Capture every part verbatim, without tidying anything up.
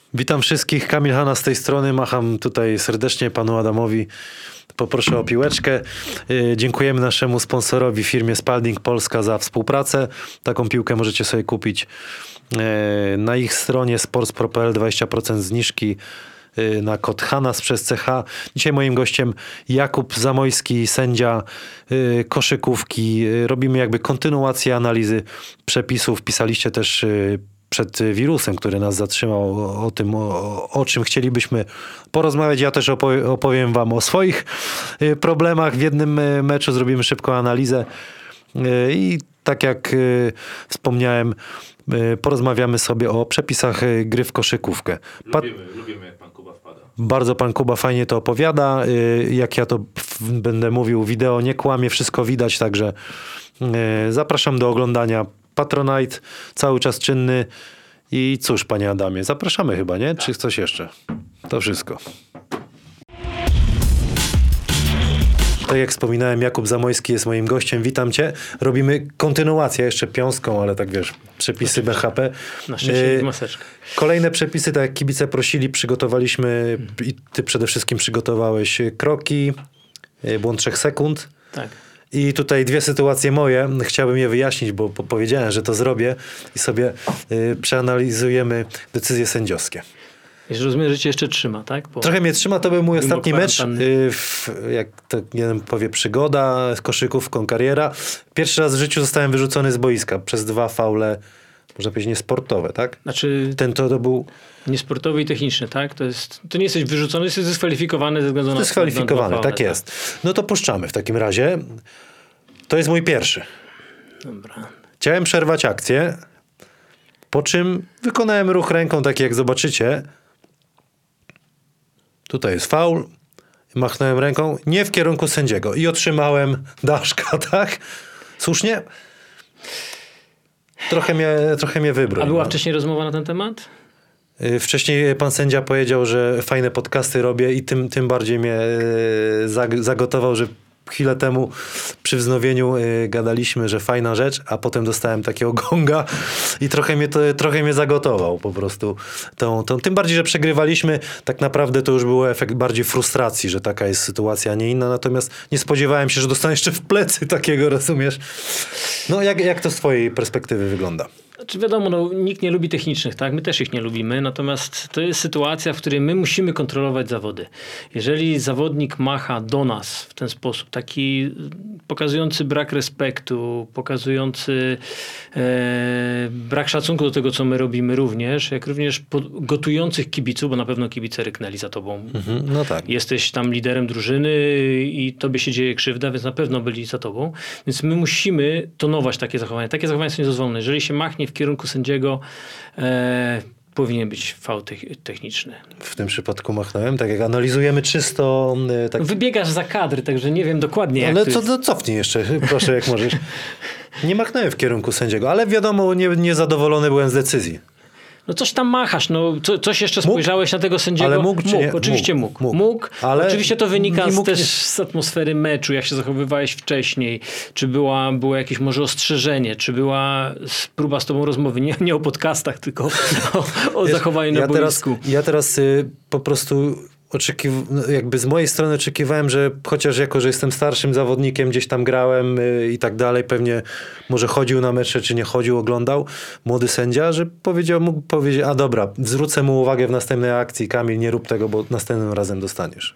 Witam wszystkich, Kamil Hanna z tej strony, macham tutaj serdecznie panu Adamowi. Poproszę o piłeczkę. Yy, dziękujemy naszemu sponsorowi, firmie Spalding Polska, za współpracę. Taką piłkę możecie sobie kupić yy, na ich stronie sportspro kropka p l, dwadzieścia procent zniżki yy, na kod Hanas przez C H. Dzisiaj moim gościem Jakub Zamojski, sędzia yy, koszykówki. Yy, robimy jakby kontynuację analizy przepisów. Pisaliście też yy, przed wirusem, który nas zatrzymał, o, o tym, o, o czym chcielibyśmy porozmawiać. Ja też opowiem, opowiem wam o swoich y, problemach. W jednym y, meczu zrobimy szybką analizę y, i tak jak y, wspomniałem, y, porozmawiamy sobie o przepisach y, gry w koszykówkę. Pa- Lubimy, lubimy jak pan Kuba wpada. Bardzo pan Kuba fajnie to opowiada. Y, jak ja to w, będę mówił, wideo nie kłamie, wszystko widać, także y, zapraszam do oglądania. Patronite cały czas czynny. I cóż, panie Adamie, zapraszamy chyba, nie? Czy coś jeszcze? To wszystko. Tak jak wspominałem, Jakub Zamojski jest moim gościem. Witam cię. Robimy kontynuację, jeszcze piąską, ale tak wiesz, przepisy B H P. Na szczęście w maseczkę. Kolejne przepisy, tak jak kibice prosili, przygotowaliśmy i ty przede wszystkim przygotowałeś kroki, błąd trzech sekund. Tak. I tutaj dwie sytuacje moje. Chciałbym je wyjaśnić, bo powiedziałem, że to zrobię i sobie y, przeanalizujemy decyzje sędziowskie. Jeśli rozumiem, że cię jeszcze trzyma, tak? Po... Trochę mnie trzyma, to był mój Mimo ostatni mecz. kwarantanny. Y, w, jak to jeden powie, przygoda z koszykówką, kariera. Pierwszy raz w życiu zostałem wyrzucony z boiska przez dwa faule, można powiedzieć, niesportowe, tak? Znaczy Ten to, to był niesportowy i techniczny, tak? To, jest, to nie jesteś wyrzucony, jesteś dyskwalifikowany ze względu na... dyskwalifikowany, na dwa tak faule, jest. No to puszczamy w takim razie. To jest mój pierwszy. Dobra. Chciałem przerwać akcję, po czym wykonałem ruch ręką, taki jak zobaczycie. Tutaj jest faul. Machnąłem ręką, nie w kierunku sędziego i otrzymałem daszka, tak? Słusznie? Trochę mnie, trochę mnie wybrał. A była no. wcześniej rozmowa na ten temat? Y, Wcześniej pan sędzia powiedział, że fajne podcasty robię i tym, tym bardziej mnie y, zag- zagotował, że chwilę temu przy wznowieniu y, gadaliśmy, że fajna rzecz, a potem dostałem takiego gonga i trochę mnie, to, trochę mnie zagotował po prostu. Tą, tą, tym bardziej, że przegrywaliśmy, tak naprawdę to już był efekt bardziej frustracji, że taka jest sytuacja, a nie inna. Natomiast nie spodziewałem się, że dostanę jeszcze w plecy takiego, rozumiesz? No jak, jak to z twojej perspektywy wygląda? Znaczy wiadomo, no, nikt nie lubi technicznych, tak? My też ich nie lubimy, natomiast to jest sytuacja, w której my musimy kontrolować zawody. Jeżeli zawodnik macha do nas w ten sposób, taki pokazujący brak respektu, pokazujący e, brak szacunku do tego, co my robimy również, jak również gotujących kibiców, bo na pewno kibice ryknęli za tobą. Mhm, no tak. Jesteś tam liderem drużyny i tobie się dzieje krzywda, więc na pewno byli za tobą. Więc my musimy tonować takie zachowania. Takie zachowania są niedozwolone. Jeżeli się machnie w kierunku sędziego, e, powinien być faul te- techniczny. W tym przypadku machnąłem, tak jak analizujemy czysto... y, Tak... Wybiegasz za kadry, także nie wiem dokładnie jak Ale to co, jest. to cofnij jeszcze, proszę, jak możesz. Nie machnąłem w kierunku sędziego, ale wiadomo, nie, niezadowolony byłem z decyzji. No coś tam machasz, no co, coś jeszcze Mógł? spojrzałeś na tego sędziego? Ale mógł czy nie? Oczywiście Mógł, mógł. mógł. mógł. Ale Oczywiście to wynika nie z, mógł, też nie. z atmosfery meczu, jak się zachowywałeś wcześniej. Czy była, było jakieś może ostrzeżenie, czy była próba z tobą rozmowy, nie, nie o podcastach, tylko o, o Wiesz, zachowaniu na ja boisku. teraz, ja teraz y, po prostu oczekiw- jakby z mojej strony oczekiwałem, że chociaż jako, że jestem starszym zawodnikiem, gdzieś tam grałem y, i tak dalej, pewnie może chodził na mecze, czy nie chodził, oglądał, młody sędzia, że powiedział, mógł powiedzieć, a dobra, zwrócę mu uwagę w następnej akcji, Kamil, nie rób tego, bo następnym razem dostaniesz.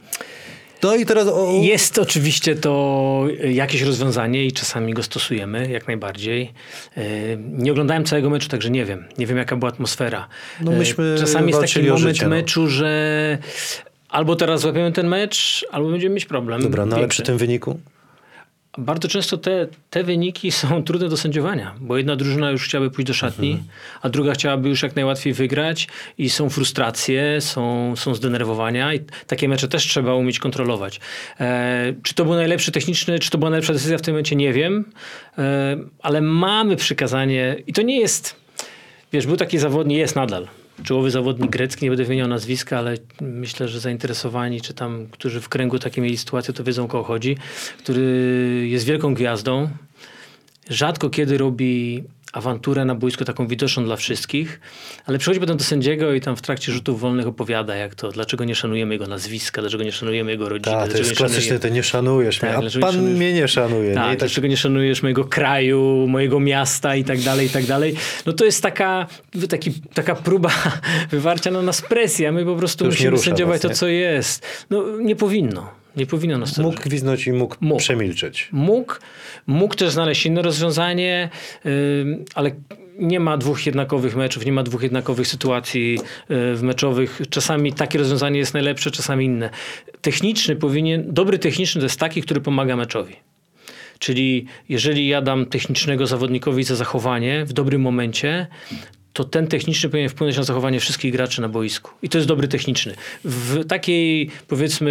No i teraz... O... Jest oczywiście to jakieś rozwiązanie i czasami go stosujemy, jak najbardziej. Yy, Nie oglądałem całego meczu, także nie wiem. Nie wiem, jaka była atmosfera. No myśmy Yy, Czasami jest taki walczyli o moment życie, no. meczu, że albo teraz złapiemy ten mecz, albo będziemy mieć problem. Dobra, no ale większy. przy tym wyniku? Bardzo często te, te wyniki są trudne do sędziowania, bo jedna drużyna już chciałaby pójść do szatni, mhm. a druga chciałaby już jak najłatwiej wygrać i są frustracje, są, są zdenerwowania i takie mecze też trzeba umieć kontrolować. E, czy to był najlepszy techniczny, czy to była najlepsza decyzja w tym momencie, nie wiem, e, ale mamy przykazanie i to nie jest, wiesz, był taki zawodnik, jest nadal. Czołowy zawodnik grecki, nie będę wymieniał nazwiska, ale myślę, że zainteresowani, czy tam, którzy w kręgu takie mieli sytuację, to wiedzą, o kogo chodzi, który jest wielką gwiazdą, rzadko kiedy robi awanturę na boisku taką widoczną dla wszystkich, ale przychodzi potem do sędziego i tam w trakcie rzutów wolnych opowiada, jak to, dlaczego nie szanujemy jego nazwiska, dlaczego nie szanujemy jego rodziny. Tak, to jest nie klasyczne, szanujemy... ty nie szanujesz Tak, mnie, a dlaczego pan nie szanujesz- mnie nie szanuje. Tak, nie? I tak, dlaczego nie szanujesz mojego kraju, mojego miasta i tak dalej, i tak dalej. No to jest taka, taki, taka próba wywarcia na nas presji, a my po prostu To już nie musimy rusza sędziować was, to, nie? co jest. No nie powinno. Nie powinno nas to mógł gwiznąć i mógł, Mógł. przemilczeć. Mógł, mógł też znaleźć inne rozwiązanie, yy, ale nie ma dwóch jednakowych meczów, nie ma dwóch jednakowych sytuacji yy, w meczowych. Czasami takie rozwiązanie jest najlepsze, czasami inne. Techniczny powinien, dobry techniczny to jest taki, który pomaga meczowi. Czyli jeżeli ja dam technicznego zawodnikowi za zachowanie w dobrym momencie, to ten techniczny powinien wpłynąć na zachowanie wszystkich graczy na boisku. I to jest dobry techniczny. W takiej, powiedzmy,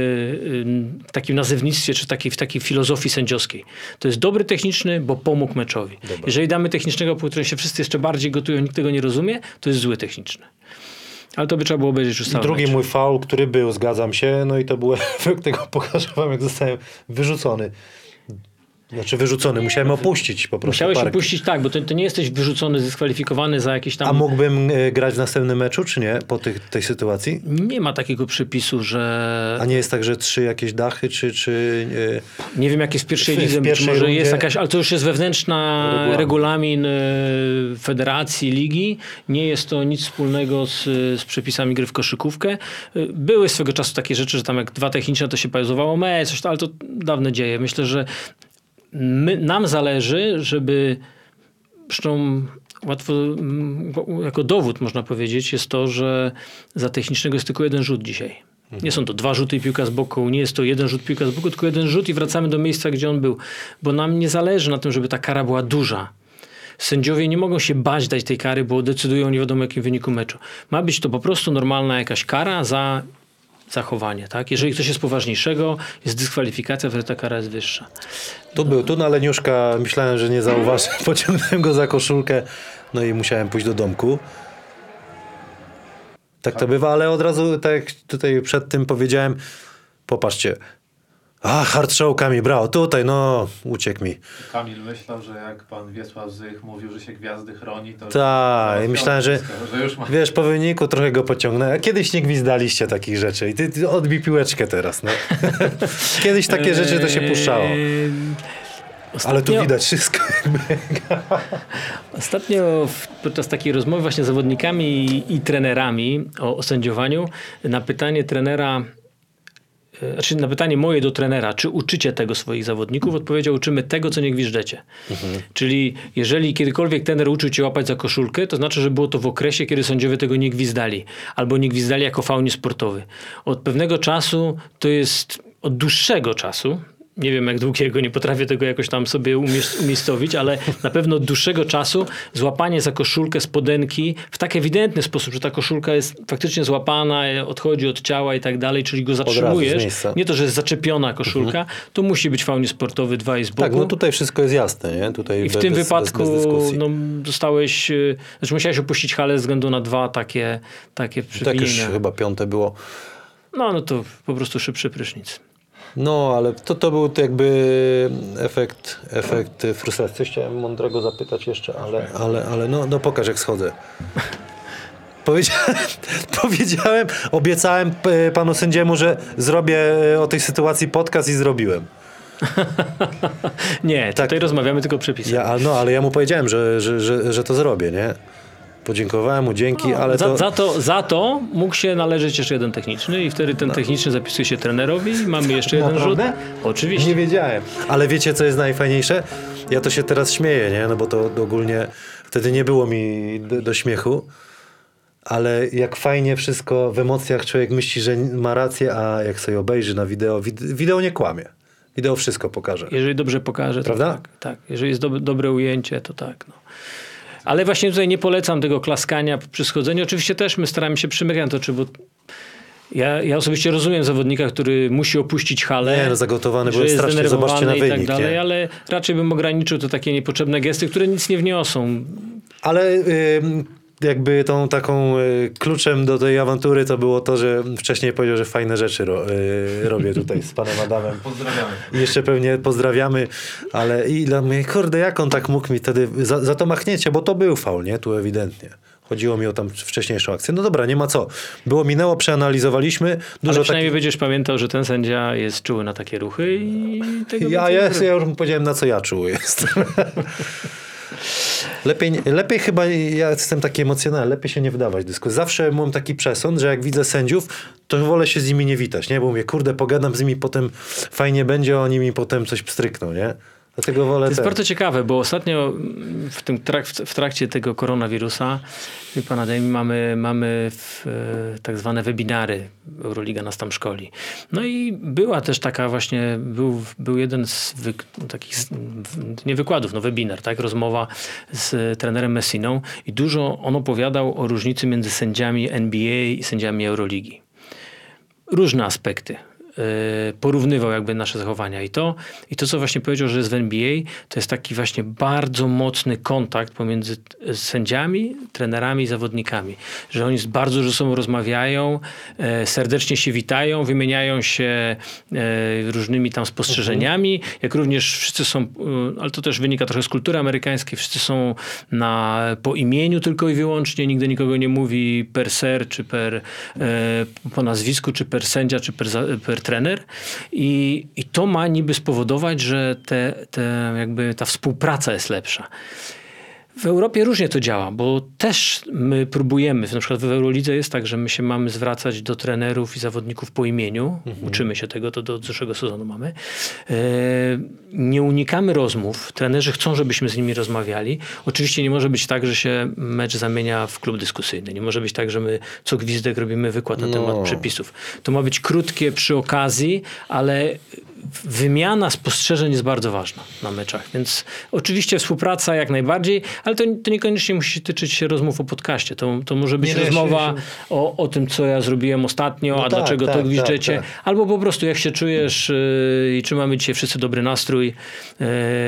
w takim nazewnictwie, czy takiej, w takiej filozofii sędziowskiej. To jest dobry techniczny, bo pomógł meczowi. Dobra. Jeżeli damy technicznego, po którym się wszyscy jeszcze bardziej gotują, nikt tego nie rozumie, to jest zły techniczny. Ale to by trzeba było obejrzeć już cały Drugi mecz. mój faul, który był, zgadzam się, no i to był efekt tego, pokażę wam, jak zostałem wyrzucony. Znaczy wyrzucony, musiałem opuścić po prostu Musiałeś park. opuścić, tak, bo ty, ty nie jesteś wyrzucony, dyskwalifikowany za jakieś tam... A mógłbym e, grać w następnym meczu, czy nie? Po tych, tej sytuacji? Nie ma takiego przepisu, że... A nie jest tak, że trzy jakieś dachy, czy... czy e, Nie wiem, jak jest w pierwszej W- w lidze, być pierwszej może rundzie- jest jakaś, ale to już jest wewnętrzna Regulamin. regulamin y, federacji, ligi. Nie jest to nic wspólnego z, z przepisami gry w koszykówkę. Y, Były swego czasu takie rzeczy, że tam jak dwa techniczne, to się pauzowało mecz, coś tam, ale to dawne dzieje. Myślę, że my, nam zależy, żeby zresztą łatwo, mm, jako dowód można powiedzieć, jest to, że za technicznego jest tylko jeden rzut dzisiaj. Nie są to dwa rzuty i piłka z boku, nie jest to jeden rzut, piłka z boku, tylko jeden rzut i wracamy do miejsca, gdzie on był. Bo nam nie zależy na tym, żeby ta kara była duża. Sędziowie nie mogą się bać dać tej kary, bo decydują nie wiadomo jakim wyniku meczu. Ma być to po prostu normalna jakaś kara za zachowanie. Tak? Jeżeli coś jest poważniejszego, jest dyskwalifikacja, wtedy ta kara jest wyższa. Tu był, tu na Leniuszka myślałem, że nie zauważy. Pociągnąłem go za koszulkę, no i musiałem pójść do domku. Tak to bywa, ale od razu, tak jak tutaj przed tym powiedziałem, popatrzcie. A, hard show Kamil, brawo, tutaj, no, uciekł mi. Kamil myślał, że jak pan Wiesław Zych mówił, że się gwiazdy chroni, to... Tak, i myślałem, że wszystko, że już ma... wiesz, po wyniku trochę go pociągnę. A kiedyś nie gwizdaliście takich rzeczy i ty, ty odbij piłeczkę teraz, no. Kiedyś takie rzeczy to się puszczało. Eee, Ale tu ostatnio- widać wszystko. Ostatnio w, podczas takiej rozmowy właśnie z zawodnikami i, i trenerami o, o sędziowaniu na pytanie trenera, e, znaczy na pytanie moje do trenera, czy uczycie tego swoich zawodników, odpowiedział: uczymy tego, co nie gwiżdżecie. Mhm. Czyli jeżeli kiedykolwiek trener uczył cię łapać za koszulkę, to znaczy, że było to w okresie, kiedy sędziowie tego nie gwizdali. Albo nie gwizdali jako faul niesportowy. Od pewnego czasu, to jest od dłuższego czasu, nie wiem jak długiego, nie potrafię tego jakoś tam sobie umiesz- umiejscowić, ale na pewno od dłuższego czasu złapanie za koszulkę spodenki w tak ewidentny sposób, że ta koszulka jest faktycznie złapana, odchodzi od ciała i tak dalej, czyli go razu z zatrzymujesz, miejsca. nie to, że jest zaczepiona koszulka, to musi być faul niesportowy, dwa i z boku. Tak, no tutaj wszystko jest jasne, nie? Tutaj I w be- tym bez, wypadku bez, bez dyskusji. no, dostałeś, y, znaczy musiałeś opuścić halę ze względu na dwa takie, takie tak już przewinienia. chyba piąte było. No, no to po prostu szybszy prysznic. No, ale to, to był jakby efekt, efekt frustracji. Chciałem mądrego zapytać jeszcze, ale, ale, ale no, no pokaż jak schodzę. Powiedziałem, powiedziałem, obiecałem e, panu sędziemu, że zrobię e, o tej sytuacji podcast i zrobiłem. Nie, tutaj rozmawiamy tylko o przepisach. Ja, no, ale ja mu powiedziałem, że, że, że, że to zrobię, nie? Podziękowałem mu, dzięki, ale za, to... za, to, za to mógł się należeć jeszcze jeden techniczny i wtedy ten techniczny zapisuje się trenerowi i mamy jeszcze jeden Naprawdę? rzut. Oczywiście. Nie wiedziałem. Ale wiecie, co jest najfajniejsze? Ja to się teraz śmieję, nie? No bo to ogólnie wtedy nie było mi do, do śmiechu. Ale jak fajnie wszystko w emocjach człowiek myśli, że ma rację, a jak sobie obejrzy na wideo, wid- wideo nie kłamie. Wideo wszystko pokaże. Jeżeli dobrze pokaże, to Prawda? tak, tak. Jeżeli jest do, dobre ujęcie, to tak. No. Ale właśnie tutaj nie polecam tego klaskania przy schodzeniu. Oczywiście też my staramy się przymykać to, czy bo ja, ja osobiście rozumiem zawodnika, który musi opuścić halę. Nie, no zagotowany że byłem jest strasznie, zobaczcie na zdenerwowany i tak wynik, dalej, nie? ale raczej bym ograniczył to takie niepotrzebne gesty, które nic nie wniosą. Ale ym, jakby tą taką y, kluczem do tej awantury to było to, że wcześniej powiedział, że fajne rzeczy ro, y, robię tutaj z panem Adamem. Pozdrawiamy. I jeszcze pewnie pozdrawiamy, ale i dla mnie, kurde, jak on tak mógł mi wtedy, za, za to machnięcie, bo to był faul, nie? Tu ewidentnie. Chodziło mi o tam wcześniejszą akcję. No dobra, nie ma co. Było, minęło, przeanalizowaliśmy. Dużo Ale przynajmniej takich... będziesz pamiętał, że ten sędzia jest czuły na takie ruchy i tego Ja, więcej ja, nie zrobi. ja już mu powiedziałem, na co ja czuły jest. Lepiej, lepiej chyba, ja jestem taki emocjonalny, lepiej się nie wdawać w dyskusję. Zawsze mam taki przesąd, że jak widzę sędziów, to wolę się z nimi nie witać, nie? Bo mówię, kurde, pogadam z nimi, potem fajnie będzie, a oni mi potem coś pstrykną, nie? Dlatego wolę To jest ten. bardzo ciekawe, bo ostatnio w, tym trak, w trakcie tego koronawirusa, wie pan Adem, mamy, mamy w, e, tak zwane webinary. Euroliga nas tam szkoli. No i była też taka właśnie, był, był jeden z wy, takich, z- w- nie wykładów, no webinar, tak? Rozmowa z trenerem Messiną i dużo on opowiadał o różnicy między sędziami N B A i sędziami Euroligi. Różne aspekty. Yy, porównywał jakby nasze zachowania i to, i to, co właśnie powiedział, że jest w N B A, to jest taki właśnie bardzo mocny kontakt pomiędzy t- sędziami, trenerami i zawodnikami. Że oni bardzo ze sobą rozmawiają, e, serdecznie się witają, wymieniają się e, różnymi tam spostrzeżeniami, jak również wszyscy są, e, ale to też wynika trochę z kultury amerykańskiej, wszyscy są na, po imieniu tylko i wyłącznie, nigdy nikogo nie mówi per ser, czy per e, po nazwisku, czy per sędzia, czy per, za- per trener i, i to ma niby spowodować, że te, te jakby ta współpraca jest lepsza. W Europie różnie to działa, bo też my próbujemy, na przykład w Eurolidze jest tak, że my się mamy zwracać do trenerów i zawodników po imieniu. Uczymy się tego, to do zeszłego sezonu mamy. E, nie unikamy rozmów. Trenerzy chcą, żebyśmy z nimi rozmawiali. Oczywiście nie może być tak, że się mecz zamienia w klub dyskusyjny. Nie może być tak, że my co gwizdek robimy wykład na No. temat przepisów. To ma być krótkie przy okazji, ale wymiana spostrzeżeń jest bardzo ważna na meczach, więc oczywiście współpraca jak najbardziej, ale to, to niekoniecznie musi tyczyć się rozmów o podcaście. To, to może być Nie, no, rozmowa ja się- o, o tym, co ja zrobiłem ostatnio, No a tak, dlaczego tak, to gwizdczecie, tak, tak. albo po prostu jak się czujesz yy, i czy mamy dzisiaj wszyscy dobry nastrój. Yy,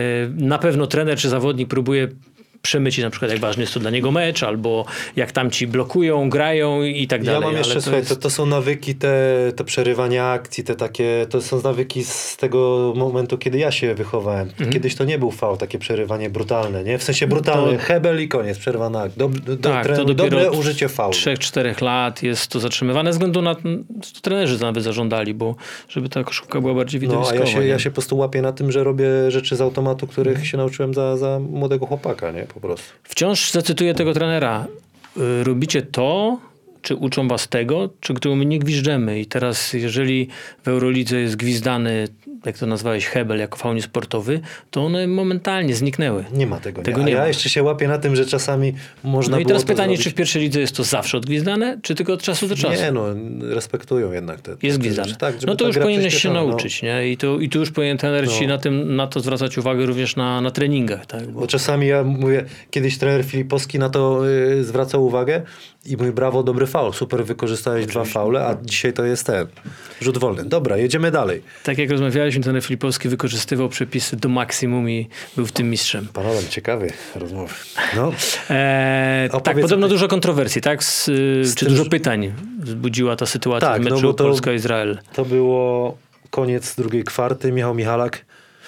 na pewno trener czy zawodnik próbuje przemycić na przykład jak ważny jest to dla niego mecz, albo jak tam ci blokują, grają i tak dalej. Ja mam ale jeszcze, to słuchaj, jest- to, to są nawyki, te, te przerywania akcji, te takie, to są nawyki z tego momentu, kiedy ja się wychowałem. Mhm. Kiedyś to nie był fał, takie przerywanie brutalne, nie? W sensie brutalne, To- hebel i koniec, przerwana akt. Dob, do, Tak, tre, to dopiero dobre od użycie fału. trzech, czterech lat jest to zatrzymywane, ze względu na to trenerzy to nawet zażądali, bo żeby ta koszulka była bardziej No, a widowiskowa. ja się, nie? ja się po prostu łapię na tym, że robię rzeczy z automatu, których się nauczyłem za, za młodego chłopaka, nie? Po prostu. Wciąż zacytuję tego trenera. Y, Robicie to, czy uczą was tego, czy którego my nie gwiżdżemy. I teraz, jeżeli w Eurolidze jest gwizdany, jak to nazwałeś, hebel jako faul niesportowy, to one momentalnie zniknęły. Nie ma tego. Tego nie. A nie ja ma. jeszcze się łapię na tym, że czasami można No i było teraz to pytanie, zrobić. czy w pierwszej lidze jest to zawsze odgwizdane, czy tylko od czasu do czasu? Nie, no, respektują jednak te, te Jest te gwizdane. rzeczy. Tak, żeby No to ta już gra powinieneś się przyspieszała, no. nauczyć, nie? I tu, I tu już powinien trener ci No. na, tym, na to zwracać uwagę również na, na treningach, tak? Bo Bo czasami ja mówię, kiedyś trener Filipowski na to y, zwracał uwagę i mówi, brawo, dobry faul, super wykorzystałeś dwa faule, a dzisiaj to jest ten rzut wolny. Dobra, jedziemy dalej. tak jak rozmawialiśmy, trener Filipowski wykorzystywał przepisy do maksimum i był w tym mistrzem. Pan Adam, ciekawy rozmowy. No, Eee, tak, Opowiedz podobno o tych- dużo kontrowersji, tak? Z, z czy tym, dużo że- pytań wzbudziła ta sytuacja Tak, w no meczu bo to- Polska-Izrael. to było koniec drugiej kwarty. Michał Michalak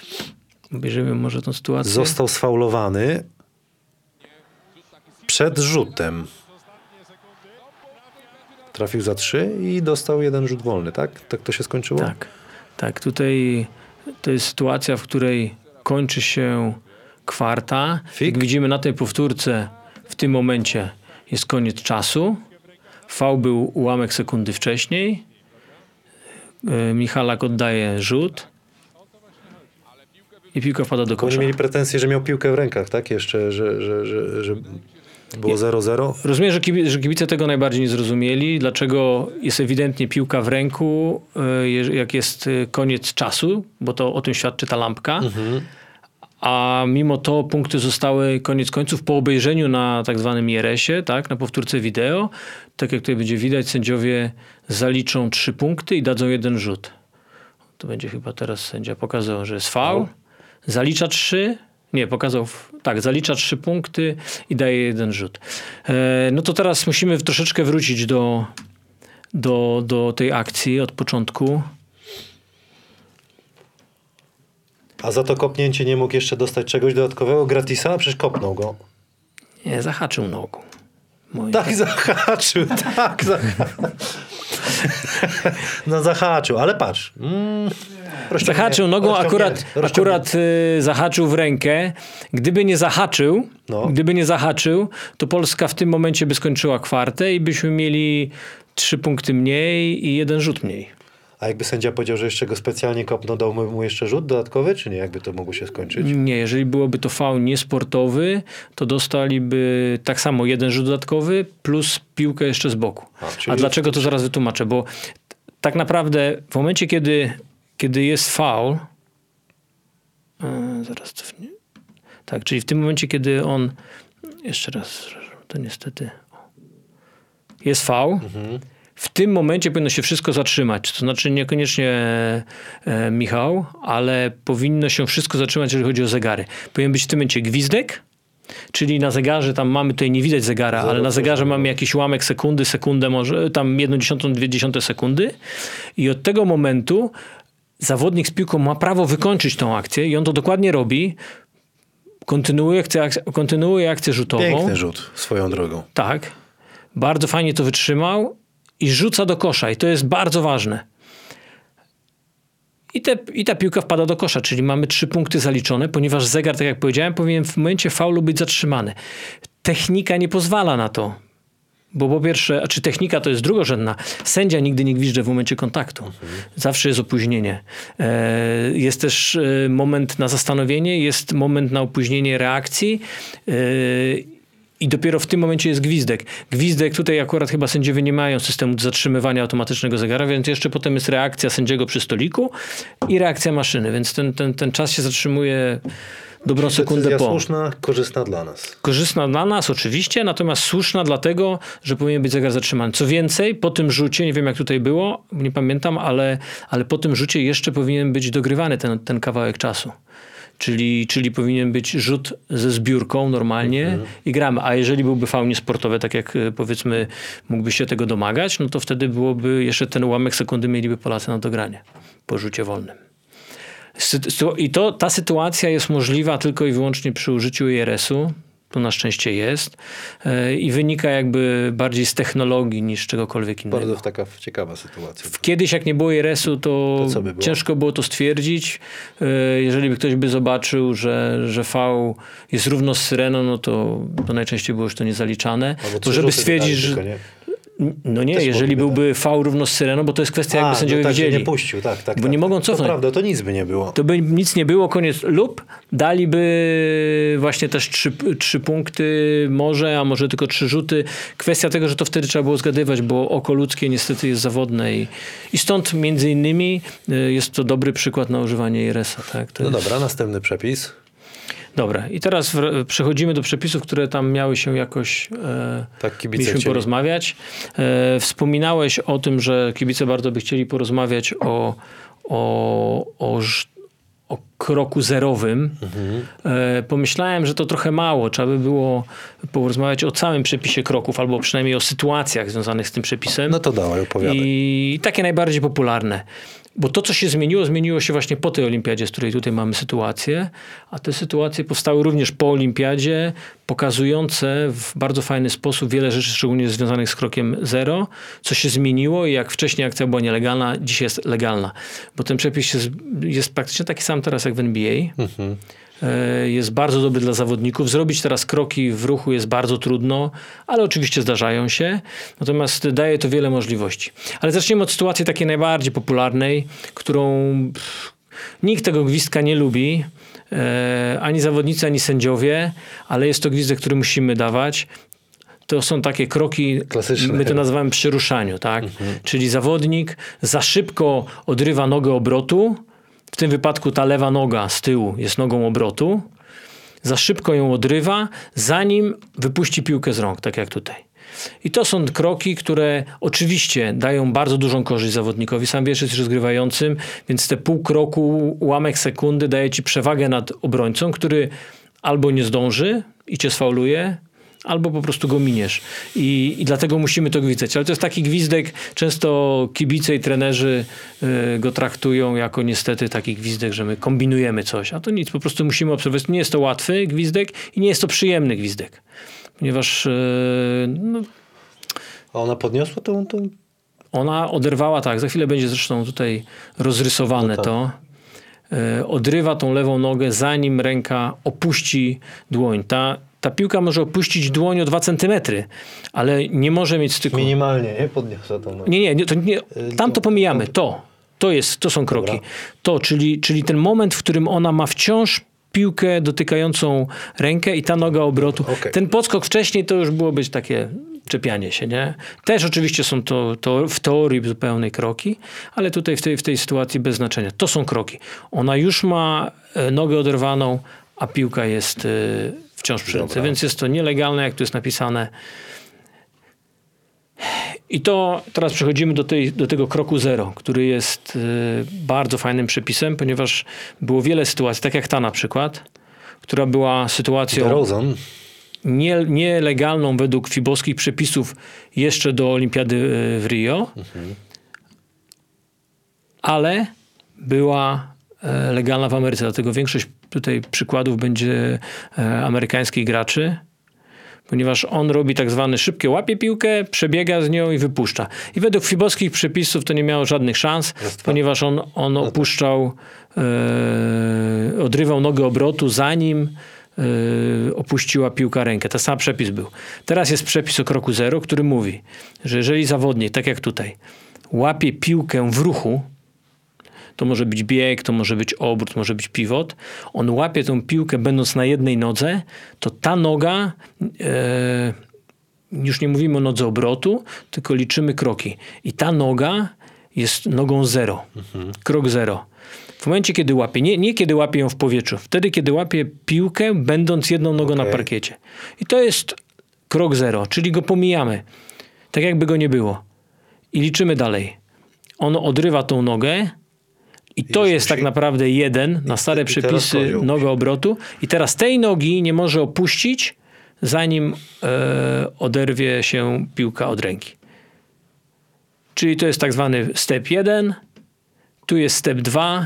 Obejrzymy może tą sytuację. został sfaulowany przed rzutem. Trafił za trzy i dostał jeden rzut wolny, tak? Tak to się skończyło? Tak, tak. Tutaj to jest sytuacja, w której kończy się kwarta. Fik? Jak widzimy na tej powtórce, w tym momencie jest koniec czasu. Faul był ułamek sekundy wcześniej. E, Michalak oddaje rzut. I piłka wpada do Bo oni kosza. mieli pretensje, że miał piłkę w rękach, tak? Jeszcze, że, że, że, że było zero zero. Rozumiem, że kibice, że kibice tego najbardziej nie zrozumieli, dlaczego jest ewidentnie piłka w ręku, y, je- jak jest y, koniec czasu, bo to o tym świadczy ta lampka. A mimo to punkty zostały koniec końców po obejrzeniu na tak zwanym I R S-ie, tak, na powtórce wideo. Tak jak tutaj będzie widać, sędziowie zaliczą trzy punkty i dadzą jeden rzut. To będzie chyba teraz sędzia pokazał, że jest faul. Zalicza trzy Nie, pokazał, tak, zalicza trzy punkty i daje jeden rzut. E, no to teraz musimy troszeczkę wrócić do, do, do tej akcji od początku. A za to kopnięcie nie mógł jeszcze dostać czegoś dodatkowego? Gratisa? Przecież kopnął go. Nie, zahaczył nogą. Moim Tak zahaczył, tak zahaczył. No zahaczył, ale patrz. Mm, Zahaczył nogą, rozciągnięty, akurat, rozciągnięty. akurat y, zahaczył w rękę. Gdyby nie zahaczył, No. gdyby nie zahaczył, to Polska w tym momencie by skończyła kwartę i byśmy mieli trzy punkty mniej i jeden rzut mniej. A jakby sędzia powiedział, że jeszcze go specjalnie kopnął, dał mu jeszcze rzut dodatkowy, czy nie? Jakby to mogło się skończyć? Nie, jeżeli byłoby to faul niesportowy, to dostaliby tak samo jeden rzut dodatkowy plus piłkę jeszcze z boku. A, A, czyli- dlaczego to zaraz wytłumaczę? Bo t- tak naprawdę w momencie, kiedy, kiedy jest faul, e, zaraz cofnę. Tak, czyli w tym momencie, kiedy on, jeszcze raz, to niestety, o. jest faul, w tym momencie powinno się wszystko zatrzymać. To znaczy niekoniecznie e, Michał, ale powinno się wszystko zatrzymać, jeżeli chodzi o zegary. Powinien być w tym momencie gwizdek, czyli na zegarze tam mamy, tutaj nie widać zegara, ale na zegarze mamy jakiś ułamek sekundy, sekundę może, tam jedną dziesiątą, dwie dziesiąte sekundy i od tego momentu zawodnik z piłką ma prawo wykończyć tą akcję i on to dokładnie robi. Kontynuuje akcję, kontynuuje akcję rzutową. Piękny rzut, swoją drogą. Tak. Bardzo fajnie to wytrzymał i rzuca do kosza. I to jest bardzo ważne. I, te, I ta piłka wpada do kosza, czyli mamy trzy punkty zaliczone, ponieważ zegar, tak jak powiedziałem, powinien w momencie faulu być zatrzymany. Technika nie pozwala na to. Bo po pierwsze, a czy technika to jest drugorzędna. Sędzia nigdy nie gwizdże w momencie kontaktu. Zawsze jest opóźnienie. E, jest też e, moment na zastanowienie, jest moment na opóźnienie reakcji. E, I dopiero w tym momencie jest gwizdek. Gwizdek, tutaj akurat chyba sędziowie nie mają systemu zatrzymywania automatycznego zegara, więc jeszcze potem jest reakcja sędziego przy stoliku i reakcja maszyny, więc ten, ten, ten czas się zatrzymuje dobrą sekundę Decyzja po. słuszna, korzystna dla nas. Korzystna dla nas oczywiście, natomiast słuszna dlatego, że powinien być zegar zatrzymany. Co więcej, po tym rzucie, nie wiem jak tutaj było, nie pamiętam, ale, ale po tym rzucie jeszcze powinien być dogrywany ten, ten kawałek czasu. Czyli, czyli powinien być rzut ze zbiórką normalnie Mhm. i gramy. A jeżeli byłby faul niesportowy, tak jak e, powiedzmy mógłby się tego domagać, no to wtedy byłoby jeszcze ten ułamek sekundy mieliby Polacy na dogranie po rzucie wolnym. Sy- sy- I to, ta sytuacja jest możliwa tylko i wyłącznie przy użyciu I R S-u. To na szczęście jest. E, I wynika jakby bardziej z technologii niż czegokolwiek innego. Bardzo taka ciekawa sytuacja. Kiedyś jak nie było I R S-u, to, To co by było? ciężko było to stwierdzić. E, Jeżeli by ktoś by zobaczył, że, że V jest równo z syreną, no to, to najczęściej było już to niezaliczane. Albo Bo trzy żeby rzuty stwierdzić, wydali że... tylko, nie? No nie, Też jeżeli mogliby, byłby V równo z syreną, bo to jest kwestia jakby A, sędziowie no tak, że widzieli. nie puścił, tak, tak. Bo tak, nie mogą tak. cofnąć. To prawda, to nic by nie było. To by nic nie było, koniec. Lub daliby właśnie też trzy, trzy punkty, może, a może tylko trzy rzuty. Kwestia tego, że to wtedy trzeba było zgadywać, bo oko ludzkie niestety jest zawodne i, i stąd między innymi y, jest to dobry przykład na używanie I R S-a. Tak? To No jest... dobra, następny przepis. Dobra, i teraz w, przechodzimy do przepisów, które tam miały się jakoś... E, Tak kibice Mieliśmy chcieli. porozmawiać. E, wspominałeś o tym, że kibice bardzo by chcieli porozmawiać o, o, o, ż- o kroku zerowym. Mhm. E, pomyślałem, że to trochę mało. Trzeba by było porozmawiać o całym przepisie kroków, albo przynajmniej o sytuacjach związanych z tym przepisem. No to dawaj, opowiadaj. I takie najbardziej popularne. Bo to, co się zmieniło, zmieniło się właśnie po tej olimpiadzie, z której tutaj mamy sytuację, a te sytuacje powstały również po olimpiadzie, pokazujące w bardzo fajny sposób wiele rzeczy, szczególnie związanych z krokiem zero, co się zmieniło i jak wcześniej akcja była nielegalna, dzisiaj jest legalna. Bo ten przepis jest, jest praktycznie taki sam teraz jak w N B A. Mhm. Jest bardzo dobry dla zawodników. Zrobić teraz kroki w ruchu jest bardzo trudno, ale oczywiście zdarzają się. Natomiast daje to wiele możliwości. Ale zacznijmy od sytuacji takiej najbardziej popularnej, którą pff, nikt tego gwizdka nie lubi. E, ani zawodnicy, ani sędziowie, ale jest to gwizdek, który musimy dawać. To są takie kroki, Klasyczne my to chyba. nazywamy przy ruszaniu, tak? Czyli zawodnik za szybko odrywa nogę obrotu. W tym wypadku ta lewa noga z tyłu jest nogą obrotu. Za szybko ją odrywa, zanim wypuści piłkę z rąk, tak jak tutaj. I to są kroki, które oczywiście dają bardzo dużą korzyść zawodnikowi. Sam wiesz, jesteś rozgrywającym, więc te pół kroku, ułamek sekundy daje ci przewagę nad obrońcą, który albo nie zdąży i cię sfauluje, albo po prostu go miniesz. I, I dlatego musimy to gwizdać. Ale to jest taki gwizdek, często kibice i trenerzy y, go traktują jako niestety taki gwizdek, że my kombinujemy coś. A to nic, po prostu musimy obserwować. Nie jest to łatwy gwizdek i nie jest to przyjemny gwizdek. Ponieważ y, no, A ona podniosła tą... tą... ona oderwała, tak, za chwilę będzie zresztą tutaj rozrysowane No tak. to. Y, odrywa tą lewą nogę, zanim ręka opuści dłoń. Ta Ta piłka może opuścić dłoń o dwa centymetry, ale nie może mieć styku. Minimalnie, nie? Podniosła tą nogę. Nie, nie, nie, to nie tam to pomijamy. To, to, jest, to są kroki. Dobra. To, czyli, czyli ten moment, w którym ona ma wciąż piłkę dotykającą rękę i ta noga obrotu. Okay. Ten podskok wcześniej to już było być takie czepianie się, nie? Też oczywiście są to, to w teorii zupełnej kroki, ale tutaj w tej, w tej sytuacji bez znaczenia. To są kroki. Ona już ma nogę oderwaną, a piłka jest wciąż przy ręce, więc jest to nielegalne, jak tu jest napisane. I to teraz przechodzimy do, tej, do tego kroku zero, który jest y, bardzo fajnym przepisem, ponieważ było wiele sytuacji, tak jak ta na przykład, która była sytuacją DeRozan. nie, nielegalną według fibowskich przepisów jeszcze do Olimpiady y, w Rio, mhm. ale była y, legalna w Ameryce, dlatego większość tutaj przykładów będzie y, amerykańskich graczy, ponieważ on robi tak zwany szybkie łapie piłkę, przebiega z nią i wypuszcza. I według fibowskich przepisów to nie miało żadnych szans, ponieważ on, on opuszczał, e, odrywał nogę obrotu, zanim e, opuściła piłka rękę. Ten sam przepis był. Teraz jest przepis o kroku zero, który mówi, że jeżeli zawodnik, tak jak tutaj, łapie piłkę w ruchu, to może być bieg, to może być obrót, może być pivot. On łapie tą piłkę będąc na jednej nodze, to ta noga, e, już nie mówimy o nodze obrotu, tylko liczymy kroki. I ta noga jest nogą zero. Mhm. Krok zero. W momencie, kiedy łapie, nie, nie kiedy łapie ją w powietrzu, wtedy, kiedy łapie piłkę będąc jedną nogą okay. na parkiecie. I to jest krok zero, czyli go pomijamy. Tak jakby go nie było. I liczymy dalej. On odrywa tą nogę, I to jest tak naprawdę jeden na stare przepisy noga obrotu. I teraz tej nogi nie może opuścić, zanim e, oderwie się piłka od ręki. Czyli to jest tak zwany step jeden, tu jest step dwa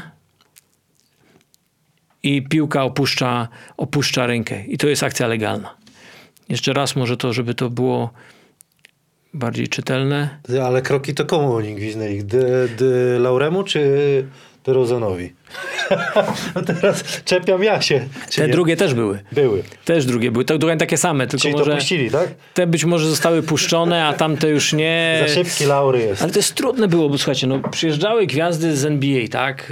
i piłka opuszcza, opuszcza rękę. I to jest akcja legalna. Jeszcze raz może to, żeby to było bardziej czytelne. Ale kroki to komu oni gwiznęli? De, de Lauremu czy DeRozanowi? No teraz czepiam ja się. Te nie? drugie też były. Były. Też drugie były. To dokładnie takie same. Tylko Czyli może to puścili, tak? Te być może zostały puszczone, a tamte już nie. Za szybki Laury jest. Ale to jest trudne było, bo słuchajcie, no przyjeżdżały gwiazdy z N B A, tak?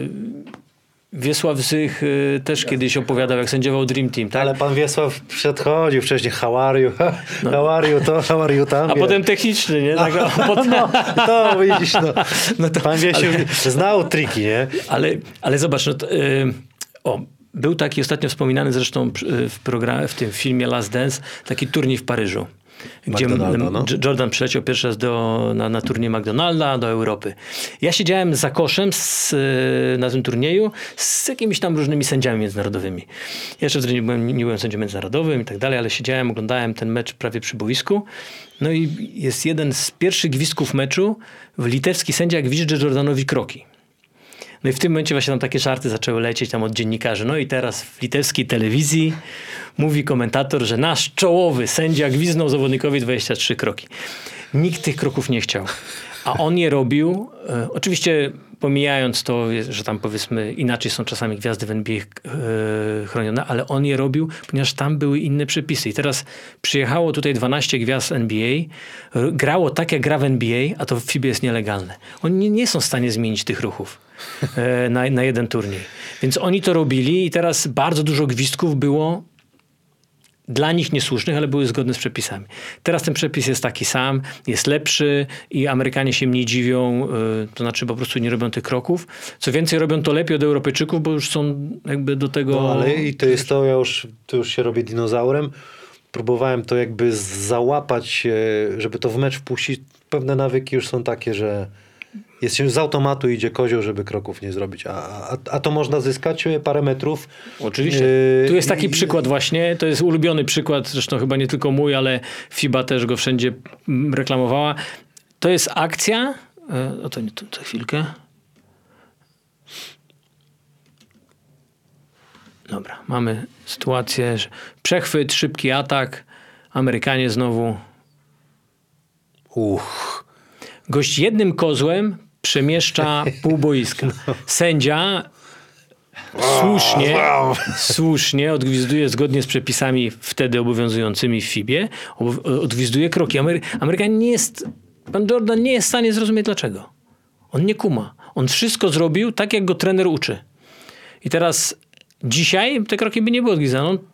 Wiesław Zych y, też kiedyś opowiadał, jak sędziował Dream Team, tak? Ale pan Wiesław przedchodził wcześniej, how are you? No. How are you to, how are you tam? A wie. Potem techniczny, nie? Tak, no, potem... no, to widzisz, no. no to, pan Wiesiu ale... znał triki, nie? Ale, ale zobacz, no to, y, o, był taki ostatnio wspominany zresztą w, program, w tym filmie Last Dance, taki turniej w Paryżu. Gdzie no. Jordan przyleciał pierwszy raz do, na, na turniej McDonalda do Europy. Ja siedziałem za koszem z, na tym turnieju z jakimiś tam różnymi sędziami międzynarodowymi. Ja jeszcze wtedy nie byłem, nie byłem sędzią międzynarodowym i tak dalej, ale siedziałem, oglądałem ten mecz prawie przy boisku. No i jest jeden z pierwszych gwizdków meczu. Litewski sędzia gwizdże Jordanowi kroki. No i w tym momencie właśnie tam takie żarty zaczęły lecieć tam od dziennikarzy. No i teraz w litewskiej telewizji mówi komentator, że nasz czołowy sędzia gwizdnął zawodnikowi dwadzieścia trzy kroki. Nikt tych kroków nie chciał. A on je robił, e, oczywiście pomijając to, że tam powiedzmy inaczej są czasami gwiazdy w N B A e, chronione, ale on je robił, ponieważ tam były inne przepisy. I teraz przyjechało tutaj dwanaście gwiazd N B A, grało tak jak gra w N B A, a to w F I B A jest nielegalne. Oni nie, nie są w stanie zmienić tych ruchów e, na, na jeden turniej. Więc oni to robili i teraz bardzo dużo gwizdków było dla nich niesłusznych, ale były zgodne z przepisami. Teraz ten przepis jest taki sam, jest lepszy i Amerykanie się mniej dziwią, yy, to znaczy po prostu nie robią tych kroków. Co więcej, robią to lepiej od Europejczyków, bo już są jakby do tego... No ale i to jest to, ja już, to już się robię dinozaurem. Próbowałem to jakby załapać, żeby to w mecz wpuścić. Pewne nawyki już są takie, że Jest się z automatu idzie kozioł, żeby kroków nie zrobić. A, a, a to można zyskać parę metrów. Oczywiście. Tu jest taki przykład właśnie, to jest ulubiony przykład, zresztą chyba nie tylko mój, ale FIBA też go wszędzie reklamowała. To jest akcja, o to nie, to za chwilkę. Dobra, mamy sytuację, że przechwyt, szybki atak, Amerykanie znowu. Uch. Gość jednym kozłem przemieszcza pół boiska. Sędzia słusznie, słusznie odgwizduje zgodnie z przepisami wtedy obowiązującymi w FIBie, odgwizduje kroki. Amery- Amerykanin nie jest, pan Jordan nie jest w stanie zrozumieć dlaczego. On nie kuma. On wszystko zrobił tak, jak go trener uczy. I teraz dzisiaj te kroki by nie były odgwizdane. On...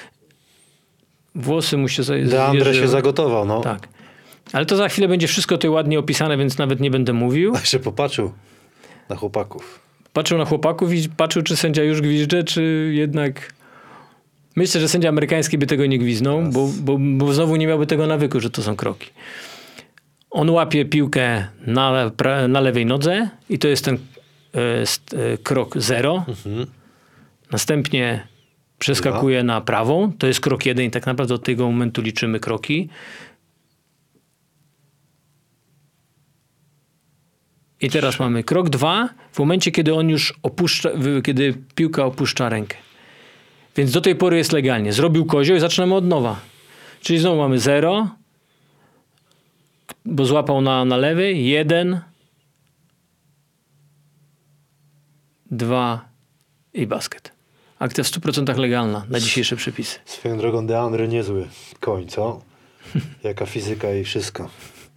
Włosy mu się zjeżyły. Deandre się zagotował, no. Tak. Ale to za chwilę będzie wszystko tutaj ładnie opisane, więc nawet nie będę mówił. A się popatrzył na chłopaków. Patrzył na chłopaków i patrzył, czy sędzia już gwizdże, czy jednak... Myślę, że sędzia amerykański by tego nie gwizdnął, bo, bo, bo znowu nie miałby tego nawyku, że to są kroki. On łapie piłkę na, na lewej nodze i to jest ten e, st, e, krok zero. Mhm. Następnie przeskakuje Dwa. na prawą. To jest krok jeden i tak naprawdę od tego momentu liczymy kroki. I teraz mamy krok dwa, w momencie, kiedy on już opuszcza, kiedy piłka opuszcza rękę. Więc do tej pory jest legalnie. Zrobił kozioł i zaczynamy od nowa. Czyli znowu mamy zero, bo złapał na, na lewej, jeden, dwa i basket. Akcja w stu procentach legalna na dzisiejsze przepisy. Swoją drogą Deandre niezły koń, co? Jaka fizyka i wszystko.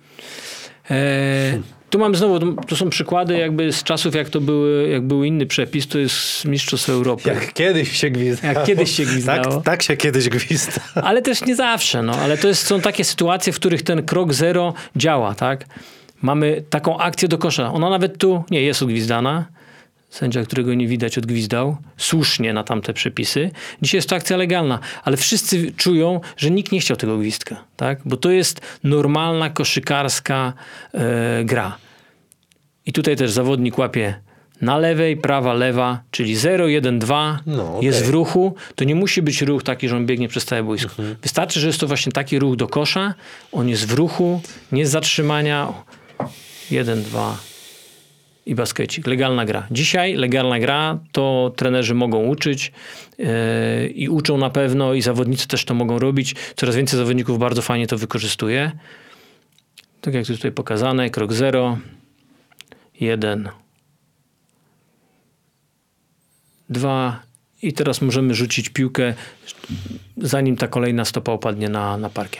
Eee, tu mam znowu, to są przykłady jakby z czasów, jak to były, jak był inny przepis, to jest Mistrzostw Europy. Jak kiedyś się gwizdało. Jak kiedyś się gwizdało. Tak, tak się kiedyś gwizda. Ale też nie zawsze, no. Ale to jest, są takie sytuacje, w których ten krok zero działa, tak? Mamy taką akcję do kosza. Ona nawet tu, nie, jest odgwizdana. Sędzia, którego nie widać, odgwizdał. Słusznie na tamte przepisy. Dzisiaj jest to akcja legalna, ale wszyscy czują, że nikt nie chciał tego gwizdka, tak? Bo to jest normalna koszykarska e, gra. I tutaj też zawodnik łapie na lewej, prawa, lewa, czyli zero, jeden, dwa, no, okay. Jest w ruchu. To nie musi być ruch taki, że on biegnie przez całe boisko. Mhm. Wystarczy, że jest to właśnie taki ruch do kosza. On jest w ruchu, nie z zatrzymania. jeden, dwa i baskecik. Legalna gra. Dzisiaj legalna gra to trenerzy mogą uczyć yy, i uczą na pewno i zawodnicy też to mogą robić. Coraz więcej zawodników bardzo fajnie to wykorzystuje. Tak jak tutaj pokazane. Krok zero, jeden, dwa i teraz możemy rzucić piłkę, zanim ta kolejna stopa opadnie na, na parkiet.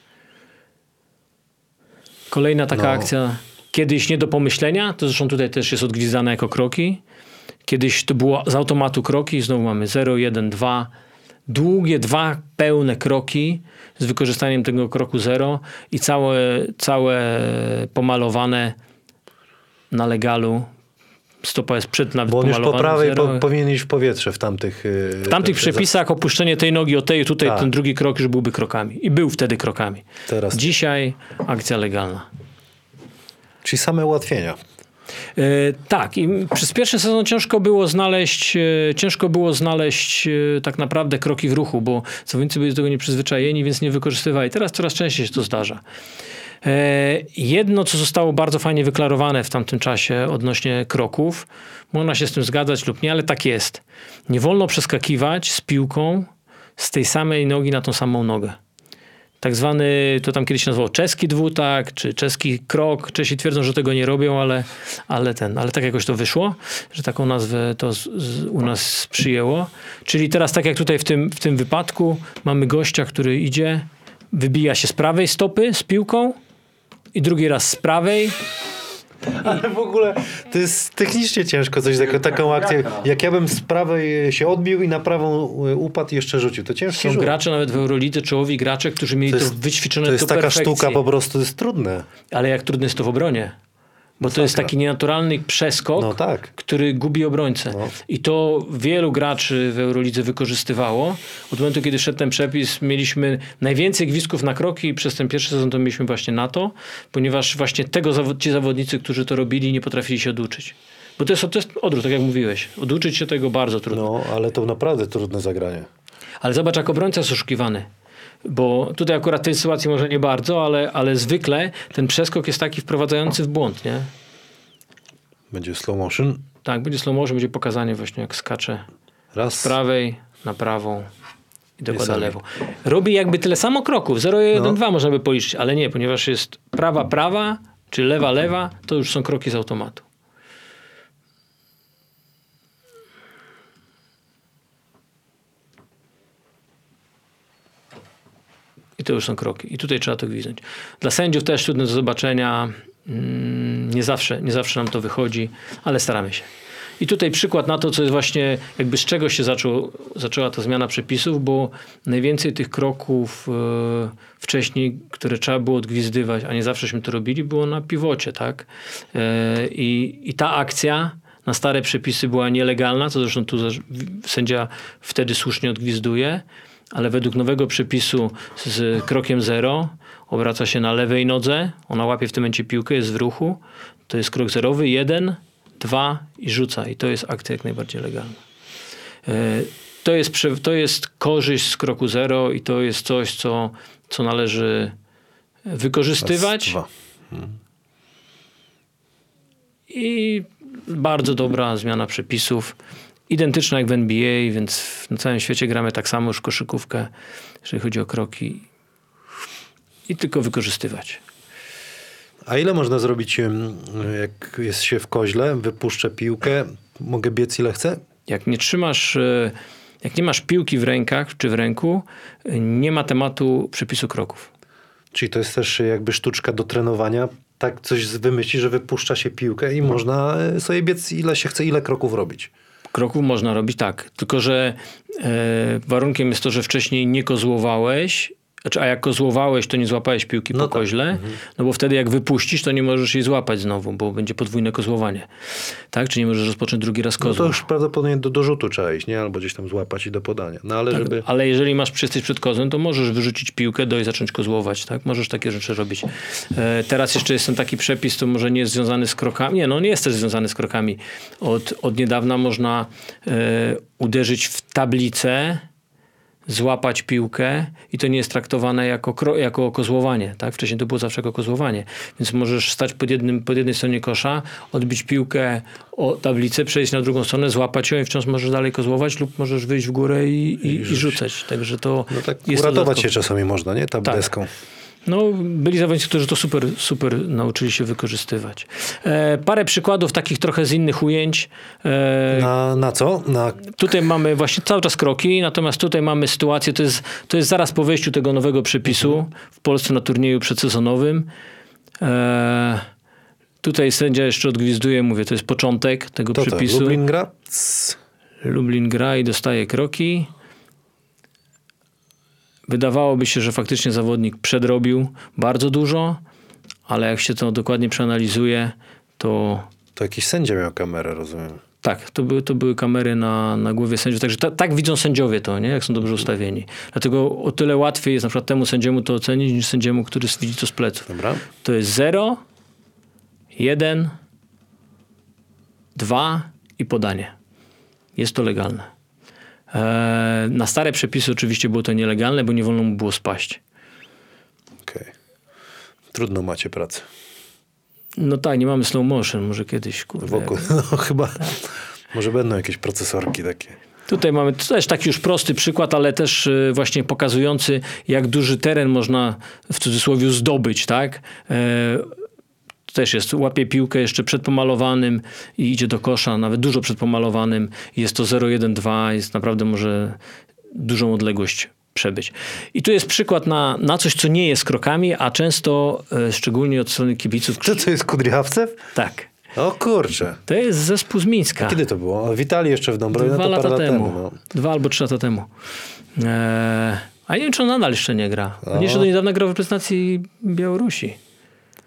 Kolejna taka no. akcja, kiedyś nie do pomyślenia, to zresztą tutaj też jest odgwizdane jako kroki. Kiedyś to było z automatu kroki, znowu mamy zero, jeden, dwa. Długie, dwa pełne kroki z wykorzystaniem tego kroku zero i całe, całe pomalowane na legalu. Stopa jest przed nawet Bo on już po prawej zero. po, powinien iść w powietrze w tamtych... W tamtych przepisach opuszczenie tej nogi od tej, tutaj tak. ten drugi krok już byłby krokami. I był wtedy krokami. Teraz. Dzisiaj akcja legalna. Czyli same ułatwienia. Yy, tak, i przez pierwszy sezon ciężko było znaleźć, yy, ciężko było znaleźć yy, tak naprawdę kroki w ruchu, bo zawodnicy byli do tego nieprzyzwyczajeni, więc nie wykorzystywali. Teraz coraz częściej się to zdarza. Yy, jedno, co zostało bardzo fajnie wyklarowane w tamtym czasie odnośnie kroków, można się z tym zgadzać lub nie, ale tak jest. Nie wolno przeskakiwać z piłką z tej samej nogi na tą samą nogę. Tak zwany, to tam kiedyś się nazywało czeski dwutak, czy czeski krok. Czesi twierdzą, że tego nie robią, ale, ale, ten, ale tak jakoś to wyszło, że taką nazwę to z, z, u nas przyjęło. Czyli teraz tak jak tutaj w tym, w tym wypadku mamy gościa, który idzie, wybija się z prawej stopy z piłką i drugi raz z prawej. Ale w ogóle to jest technicznie ciężko coś takiego, taką akcję. Jak ja bym z prawej się odbił i na prawą upadł i jeszcze rzucił. To ciężki Są rzut. gracze nawet w Eurolidze, czołowi gracze, którzy mieli to, to jest, wyćwiczone to jest do taka perfekcji. sztuka po prostu, to jest trudne. Ale jak trudne jest to w obronie. Bo to jest taki nienaturalny przeskok, No tak. który gubi obrońcę. No. I to wielu graczy w Eurolidze wykorzystywało. Od momentu, kiedy szedł ten przepis, mieliśmy najwięcej gwizdków na kroki i przez ten pierwszy sezon to mieliśmy właśnie na to, ponieważ właśnie tego zawo- ci zawodnicy, którzy to robili, nie potrafili się oduczyć. Bo to jest, to jest odwrót, tak jak mówiłeś. Oduczyć się tego bardzo trudno. No, ale to naprawdę trudne zagranie. Ale zobacz, jak obrońca jest oszukiwany. Bo tutaj akurat w tej sytuacji może nie bardzo, ale, ale zwykle ten przeskok jest taki wprowadzający w błąd, nie? Będzie slow motion. Tak, będzie slow motion, będzie pokazanie właśnie jak skacze Raz. z prawej na prawą i dokłada sami. lewą. Robi jakby tyle samo kroków, zero jeden dwa można by policzyć, ale nie, ponieważ jest prawa, prawa, czy lewa, lewa, to już są kroki z automatu. I to już są kroki. I tutaj trzeba to gwizdnąć. Dla sędziów też trudne do zobaczenia. Mm, Nie zawsze, nie zawsze nam to wychodzi, ale staramy się. I tutaj przykład na to, co jest właśnie, jakby z czego się zaczął, zaczęła ta zmiana przepisów, bo najwięcej tych kroków e, wcześniej, które trzeba było odgwizdywać, a nie zawsześmy to robili, było na piwocie, tak? E, i, I ta akcja na stare przepisy była nielegalna, co zresztą tu zaż- sędzia wtedy słusznie odgwizduje, ale według nowego przepisu z krokiem zero obraca się na lewej nodze, ona łapie w tym momencie piłkę, jest w ruchu, to jest krok zerowy, jeden, dwa i rzuca. I to jest akcja jak najbardziej legalna. E, To jest, prze- to jest korzyść z kroku zero i to jest coś, co, co należy wykorzystywać. Raz, dwa. I bardzo dobra zmiana przepisów. Identyczna jak w N B A, więc na całym świecie gramy tak samo już koszykówkę, jeżeli chodzi o kroki. I tylko wykorzystywać. A ile można zrobić, em, jak jest się w koźle, wypuszczę piłkę, mogę biec ile chcę? Jak nie trzymasz, e, jak nie masz piłki w rękach czy w ręku, e, nie ma tematu przepisu kroków. Czyli to jest też jakby sztuczka do trenowania. Tak coś wymyśli, że wypuszcza się piłkę i można e, sobie biec ile się chce, ile kroków robić. Kroków można robić tak, tylko że e, warunkiem jest to, że wcześniej nie kozłowałeś, znaczy, a jak kozłowałeś, to nie złapałeś piłki No po tak. koźle, no bo wtedy jak wypuścisz, to nie możesz jej złapać znowu, bo będzie podwójne kozłowanie. Tak? Czy nie możesz rozpocząć drugi raz No kozła. to już prawdopodobnie do dorzutu trzeba iść, nie? Albo gdzieś tam złapać i do podania. No ale Tak, żeby... ale jeżeli masz jesteś przed kozłem, to możesz wyrzucić piłkę, dojść, zacząć kozłować. Tak? Możesz takie rzeczy robić. E, teraz jeszcze jest ten taki przepis, to może nie jest związany z krokami. Nie, no nie jest też związany z krokami. Od, od niedawna można e, uderzyć w tablicę, złapać piłkę i to nie jest traktowane jako, kro, jako kozłowanie. Tak? Wcześniej to było zawsze jako kozłowanie. Więc możesz stać pod, jednym, pod jednej stronie kosza, odbić piłkę o tablicę, przejść na drugą stronę, złapać ją i wciąż możesz dalej kozłować lub możesz wyjść w górę i, i, i rzucać. Także to No tak jest uratować dodatkowo. się czasami można, nie? Tam Tak. deską. No, byli zawodnicy, którzy to super, super nauczyli się wykorzystywać. E, parę przykładów takich trochę z innych ujęć. E, Na, na co? Na... Tutaj mamy właśnie cały czas kroki, natomiast tutaj mamy sytuację, to jest, to jest zaraz po wejściu tego nowego przepisu w Polsce na turnieju przedsezonowym. E, tutaj sędzia jeszcze odgwizduje, mówię, to jest początek tego To to, przepisu. Lublin gra? Cs. Lublin gra i dostaje kroki. Wydawałoby się, że faktycznie zawodnik przedrobił bardzo dużo, ale jak się to dokładnie przeanalizuje, to To jakiś sędzia miał kamerę, rozumiem. tak, to były, to były kamery na, na głowie sędziów. Także ta, tak widzą sędziowie to, nie? Jak są dobrze ustawieni. Dlatego o tyle łatwiej jest na przykład temu sędziemu to ocenić, niż sędziemu, który widzi to z pleców. Dobra. To jest zero, jeden, dwa i podanie. Jest to legalne. Eee, na stare przepisy oczywiście było to nielegalne, bo nie wolno mu było spaść. Okej. Trudno macie pracę. No tak, nie mamy slow motion, może kiedyś, kurde. Wokół. No chyba. Może będą jakieś procesorki takie. Tutaj mamy to też taki już prosty przykład, ale też y, właśnie pokazujący, jak duży teren można w cudzysłowie zdobyć, tak? E, też jest, łapie piłkę jeszcze przed pomalowanym i idzie do kosza, nawet dużo przed pomalowanym. Jest to zero jeden dwa, jest naprawdę może dużą odległość przebyć. I tu jest przykład na, na coś, co nie jest krokami, a często, e, szczególnie od strony kibiców... To to jest Kudrychawcew? Tak. O kurczę. To jest zespół z Mińska. Kiedy to było? Witali jeszcze w Dąbrowie, no Dwa to parę lata lat temu. temu. No. Dwa albo trzy lata temu. Eee, a nie wiem, czy on nadal jeszcze nie gra. On jeszcze do niedawna grał w reprezentacji Białorusi.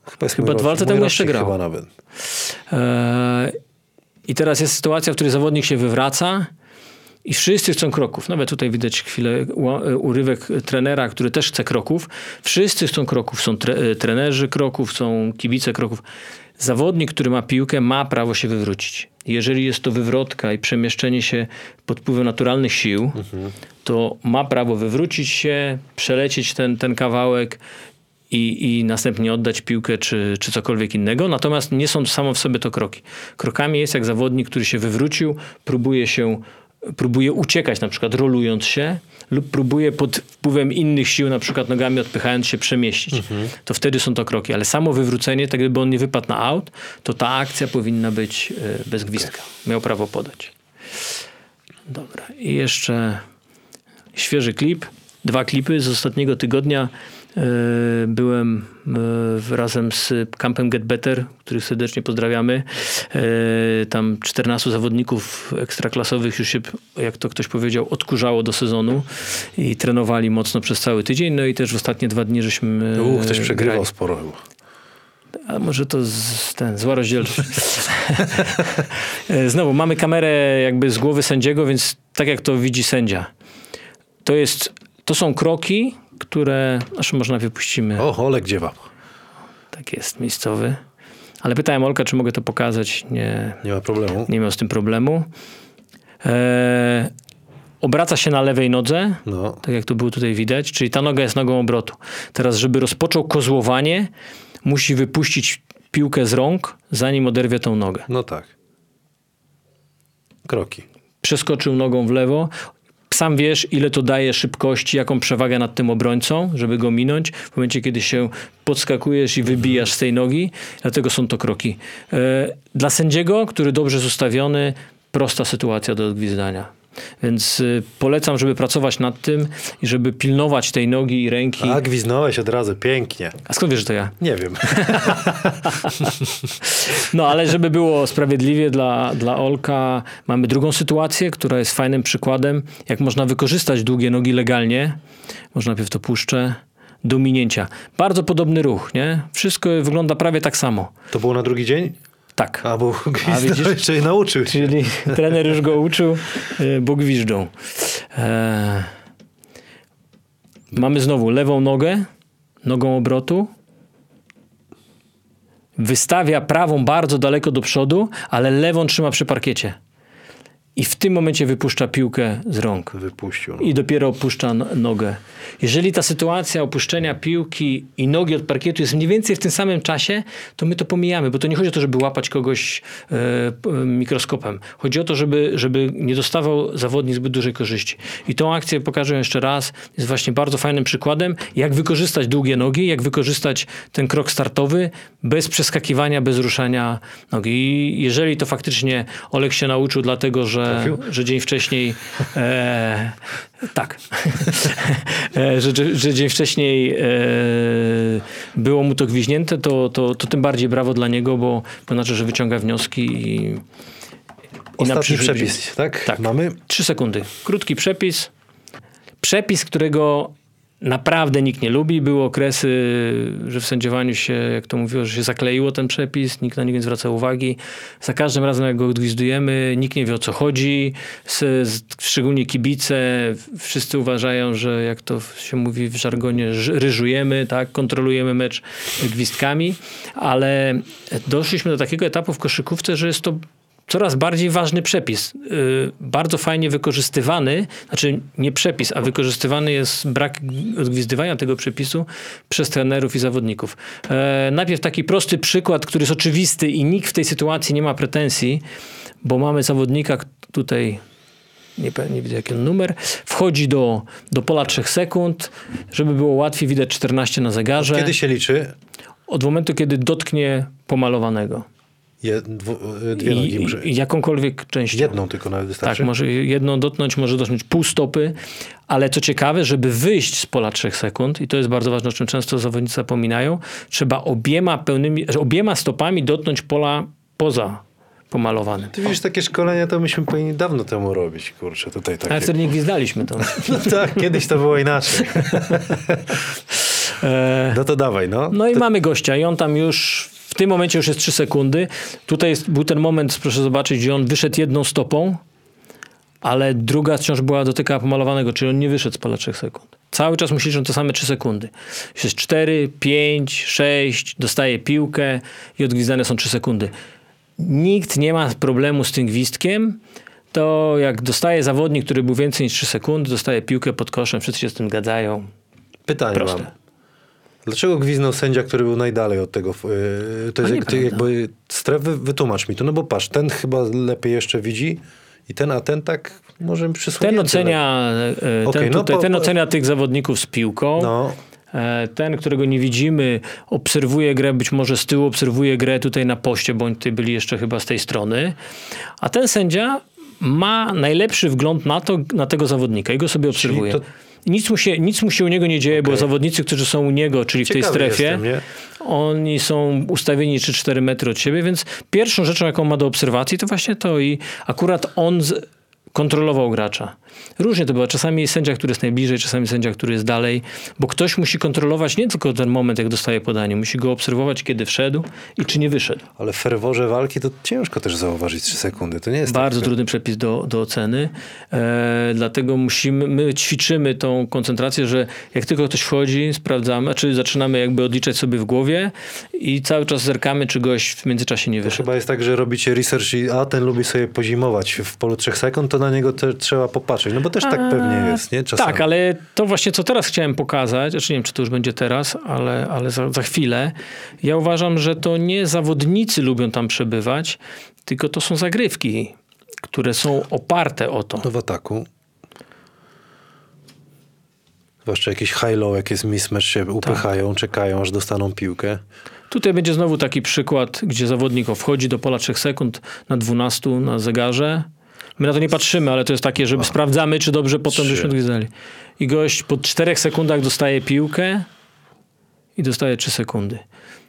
Chyba, jest Chyba mój dwa lata rocznik, temu mój jeszcze rocznik grał. Chyba nawet. E, I teraz jest sytuacja, w której zawodnik się wywraca i wszyscy chcą kroków. Nawet tutaj widać chwilę ła- urywek trenera, który też chce kroków. Wszyscy chcą kroków. Są tre- trenerzy kroków, są kibice kroków. Zawodnik, który ma piłkę, ma prawo się wywrócić. Jeżeli jest to wywrotka i przemieszczenie się pod wpływem naturalnych sił, mhm. to ma prawo wywrócić się, przelecieć ten, ten kawałek i, i następnie oddać piłkę czy, czy cokolwiek innego. Natomiast nie są samo w sobie to kroki. Krokami jest jak zawodnik, który się wywrócił, próbuje się próbuje uciekać, na przykład rolując się, lub próbuje pod wpływem innych sił, na przykład nogami odpychając się, przemieścić. Mhm. To wtedy są to kroki. Ale samo wywrócenie, tak gdyby on nie wypadł na aut, to ta akcja powinna być y, bez gwizdka. Miał prawo podać. Dobra. I jeszcze świeży klip. Dwa klipy z ostatniego tygodnia. Byłem razem z kampem Get Better, których serdecznie pozdrawiamy. Tam czternastu zawodników ekstraklasowych już się, jak to ktoś powiedział, odkurzało do sezonu i trenowali mocno przez cały tydzień. No i też w ostatnie dwa dni żeśmy U, ktoś przegrywał grali. sporo chyba. A może to z, ten, zła rozdzielczość. Znowu, mamy kamerę jakby z głowy sędziego, więc tak jak to widzi sędzia. To jest, to są kroki, które... Aż może najpierw puścimy. O, Olek dziewa. Tak jest, miejscowy. Ale pytałem Olka, czy mogę to pokazać. Nie, Nie ma problemu. nie miał z tym problemu. Eee, obraca się na lewej nodze, No. tak jak to było tutaj widać, czyli ta noga jest nogą obrotu. Teraz, żeby rozpoczął kozłowanie, musi wypuścić piłkę z rąk, zanim oderwie tą nogę. No tak. Kroki. Przeskoczył nogą w lewo. Sam wiesz, ile to daje szybkości, jaką przewagę nad tym obrońcą, żeby go minąć. W momencie, kiedy się podskakujesz i wybijasz z tej nogi. Dlatego są to kroki. E, dla sędziego, który dobrze jest ustawiony, prosta sytuacja do odgwizdania. Więc y, polecam, żeby pracować nad tym i żeby pilnować tej nogi i ręki. A, gwiznąłeś od razu, pięknie. A skąd wiesz, że to ja? Nie wiem. No, ale żeby było sprawiedliwie dla, dla Olka, mamy drugą sytuację, która jest fajnym przykładem, jak można wykorzystać długie nogi legalnie. Może najpierw to puszczę. Do minięcia. Bardzo podobny ruch, nie? Wszystko wygląda prawie tak samo. To było na drugi dzień? Tak. A, bo A gwizdałeś, widzisz? czyli nauczył się. Czyli trener już go uczył, y, bo gwiżdżą. Eee, mamy znowu lewą nogę, nogą obrotu. Wystawia prawą bardzo daleko do przodu, ale lewą trzyma przy parkiecie. I w tym momencie wypuszcza piłkę z rąk. Wypuścił. No. I dopiero opuszcza no- nogę. Jeżeli ta sytuacja opuszczenia piłki i nogi od parkietu jest mniej więcej w tym samym czasie, to my to pomijamy, bo to nie chodzi o to, żeby łapać kogoś e, p- mikroskopem. Chodzi o to, żeby, żeby nie dostawał zawodnik zbyt dużej korzyści. I tą akcję pokażę jeszcze raz. Jest właśnie bardzo fajnym przykładem, jak wykorzystać długie nogi, jak wykorzystać ten krok startowy bez przeskakiwania, bez ruszania nogi. I jeżeli to faktycznie Olek się nauczył dlatego, że Trafił? że dzień wcześniej e, tak, e, że, że, że dzień wcześniej e, było mu to gwiźnięte, to, to, to tym bardziej brawo dla niego, bo to znaczy, że wyciąga wnioski i, i Ostatni przyszłość- przepis, tak? Tak. Mamy? Trzy sekundy. Krótki przepis. Przepis, którego naprawdę nikt nie lubi. Były okresy, że w sędziowaniu się, jak to mówiło, że się zakleiło ten przepis, nikt na niego nie zwraca uwagi. Za każdym razem, jak go odgwizdujemy, nikt nie wie, o co chodzi. S, s, szczególnie kibice, wszyscy uważają, że jak to się mówi w żargonie, ż- ryżujemy, tak, kontrolujemy mecz gwizdkami, ale doszliśmy do takiego etapu w koszykówce, że jest to coraz bardziej ważny przepis. Yy, bardzo fajnie wykorzystywany, znaczy nie przepis, a wykorzystywany jest brak odgwizdywania tego przepisu przez trenerów i zawodników. Yy, najpierw taki prosty przykład, który jest oczywisty i nikt w tej sytuacji nie ma pretensji, bo mamy zawodnika k- tutaj, nie, pe- nie widzę jaki on numer, wchodzi do, do pola trzech sekund, żeby było łatwiej, widać czternaście na zegarze. Kiedy się liczy? Od momentu, kiedy dotknie pomalowanego. Je, dwu, dwie nogi I, muszę. i jakąkolwiek częścią. Jedną tylko nawet wystarczy? Tak, może jedną dotknąć, może dotknąć pół stopy, ale co ciekawe, żeby wyjść z pola trzech sekund, i to jest bardzo ważne, o czym często zawodnicy zapominają, trzeba obiema pełnymi, że obiema stopami dotknąć pola poza pomalowanym. Ty widzisz, takie szkolenia to myśmy powinni dawno temu robić, kurczę, tutaj takie. Ale wtedy nie gwizdaliśmy to. No tak, kiedyś to było inaczej. E, No to dawaj, no. no i to... mamy gościa i on tam już, w tym momencie już jest trzy sekundy. Tutaj jest, był ten moment, proszę zobaczyć, gdzie on wyszedł jedną stopą, ale druga wciąż była dotykała pomalowanego, czyli on nie wyszedł z pola trzech sekund. Cały czas musi liczyć te same trzy sekundy. Już jest cztery, pięć, sześć, dostaje piłkę i odgwizdane są trzy sekundy. Nikt nie ma problemu z tym gwizdkiem. To jak dostaje zawodnik, który był więcej niż trzy sekundy, dostaje piłkę pod koszem, wszyscy się z tym zgadzają. Pytanie Proste. mam. Dlaczego gwizdnął sędzia, który był najdalej od tego? Yy, to A jest jak, nieprawda. jakby strefy, wytłumacz mi to. No bo patrz, ten chyba lepiej jeszcze widzi i ten, a ten tak może przysłonięty. Ten ocenia, e, ten, Okej, no tutaj, po- ten po- ocenia tych zawodników z piłką. No, E, Ten, którego nie widzimy, obserwuje grę, być może z tyłu obserwuje grę tutaj na poście, bądź tutaj byli jeszcze chyba z tej strony. A ten sędzia ma najlepszy wgląd na to, na tego zawodnika i go sobie obserwuje. to- Nic, mu się, nic mu się u niego nie dzieje, bo Okej. zawodnicy, którzy są u niego, czyli w tej Ciekawy strefie, jestem, nie? oni są ustawieni trzy cztery metry od siebie, więc pierwszą rzeczą, jaką ma do obserwacji, to właśnie to i akurat on z, kontrolował gracza. Różnie to było. Czasami sędzia, który jest najbliżej, czasami sędzia, który jest dalej, bo ktoś musi kontrolować nie tylko ten moment, jak dostaje podanie, musi go obserwować, kiedy wszedł i czy nie wyszedł. ale w ferworze walki to ciężko też zauważyć trzy sekundy. To nie jest Bardzo tak, trudny przepis do, do oceny, e, dlatego musimy, my ćwiczymy tą koncentrację, że jak tylko ktoś wchodzi, sprawdzamy, czy zaczynamy jakby odliczać sobie w głowie i cały czas zerkamy, czy gość w międzyczasie nie To wyszedł. chyba jest tak, że robicie research i a ten lubi sobie pozimować w polu trzech sekund, to na niego te, trzeba popatrzeć. No bo też tak pewnie jest, nie? Czasami. Tak, ale to właśnie co teraz chciałem pokazać, znaczy nie wiem, czy to już będzie teraz, ale, ale za, za chwilę. Ja uważam, że to nie zawodnicy lubią tam przebywać, tylko to są zagrywki, które są oparte o to. No w ataku. Zwłaszcza jakiś high-low, jak jest mismatch, się upychają, czekają, aż dostaną piłkę. Tutaj będzie znowu taki przykład, gdzie zawodnik wchodzi do pola trzech sekund na dwunastu na zegarze. My na to nie patrzymy, ale to jest takie, żeby sprawdzamy, czy dobrze potem Trzy. byśmy odgwizdali. I gość po czterech sekundach dostaje piłkę i dostaje trzy sekundy.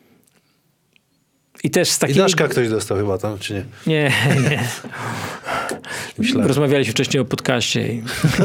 I też z I takimi... Daszka ktoś dostał chyba tam, czy nie? Nie, nie. Myślałem. Rozmawialiśmy wcześniej o podcaście. I...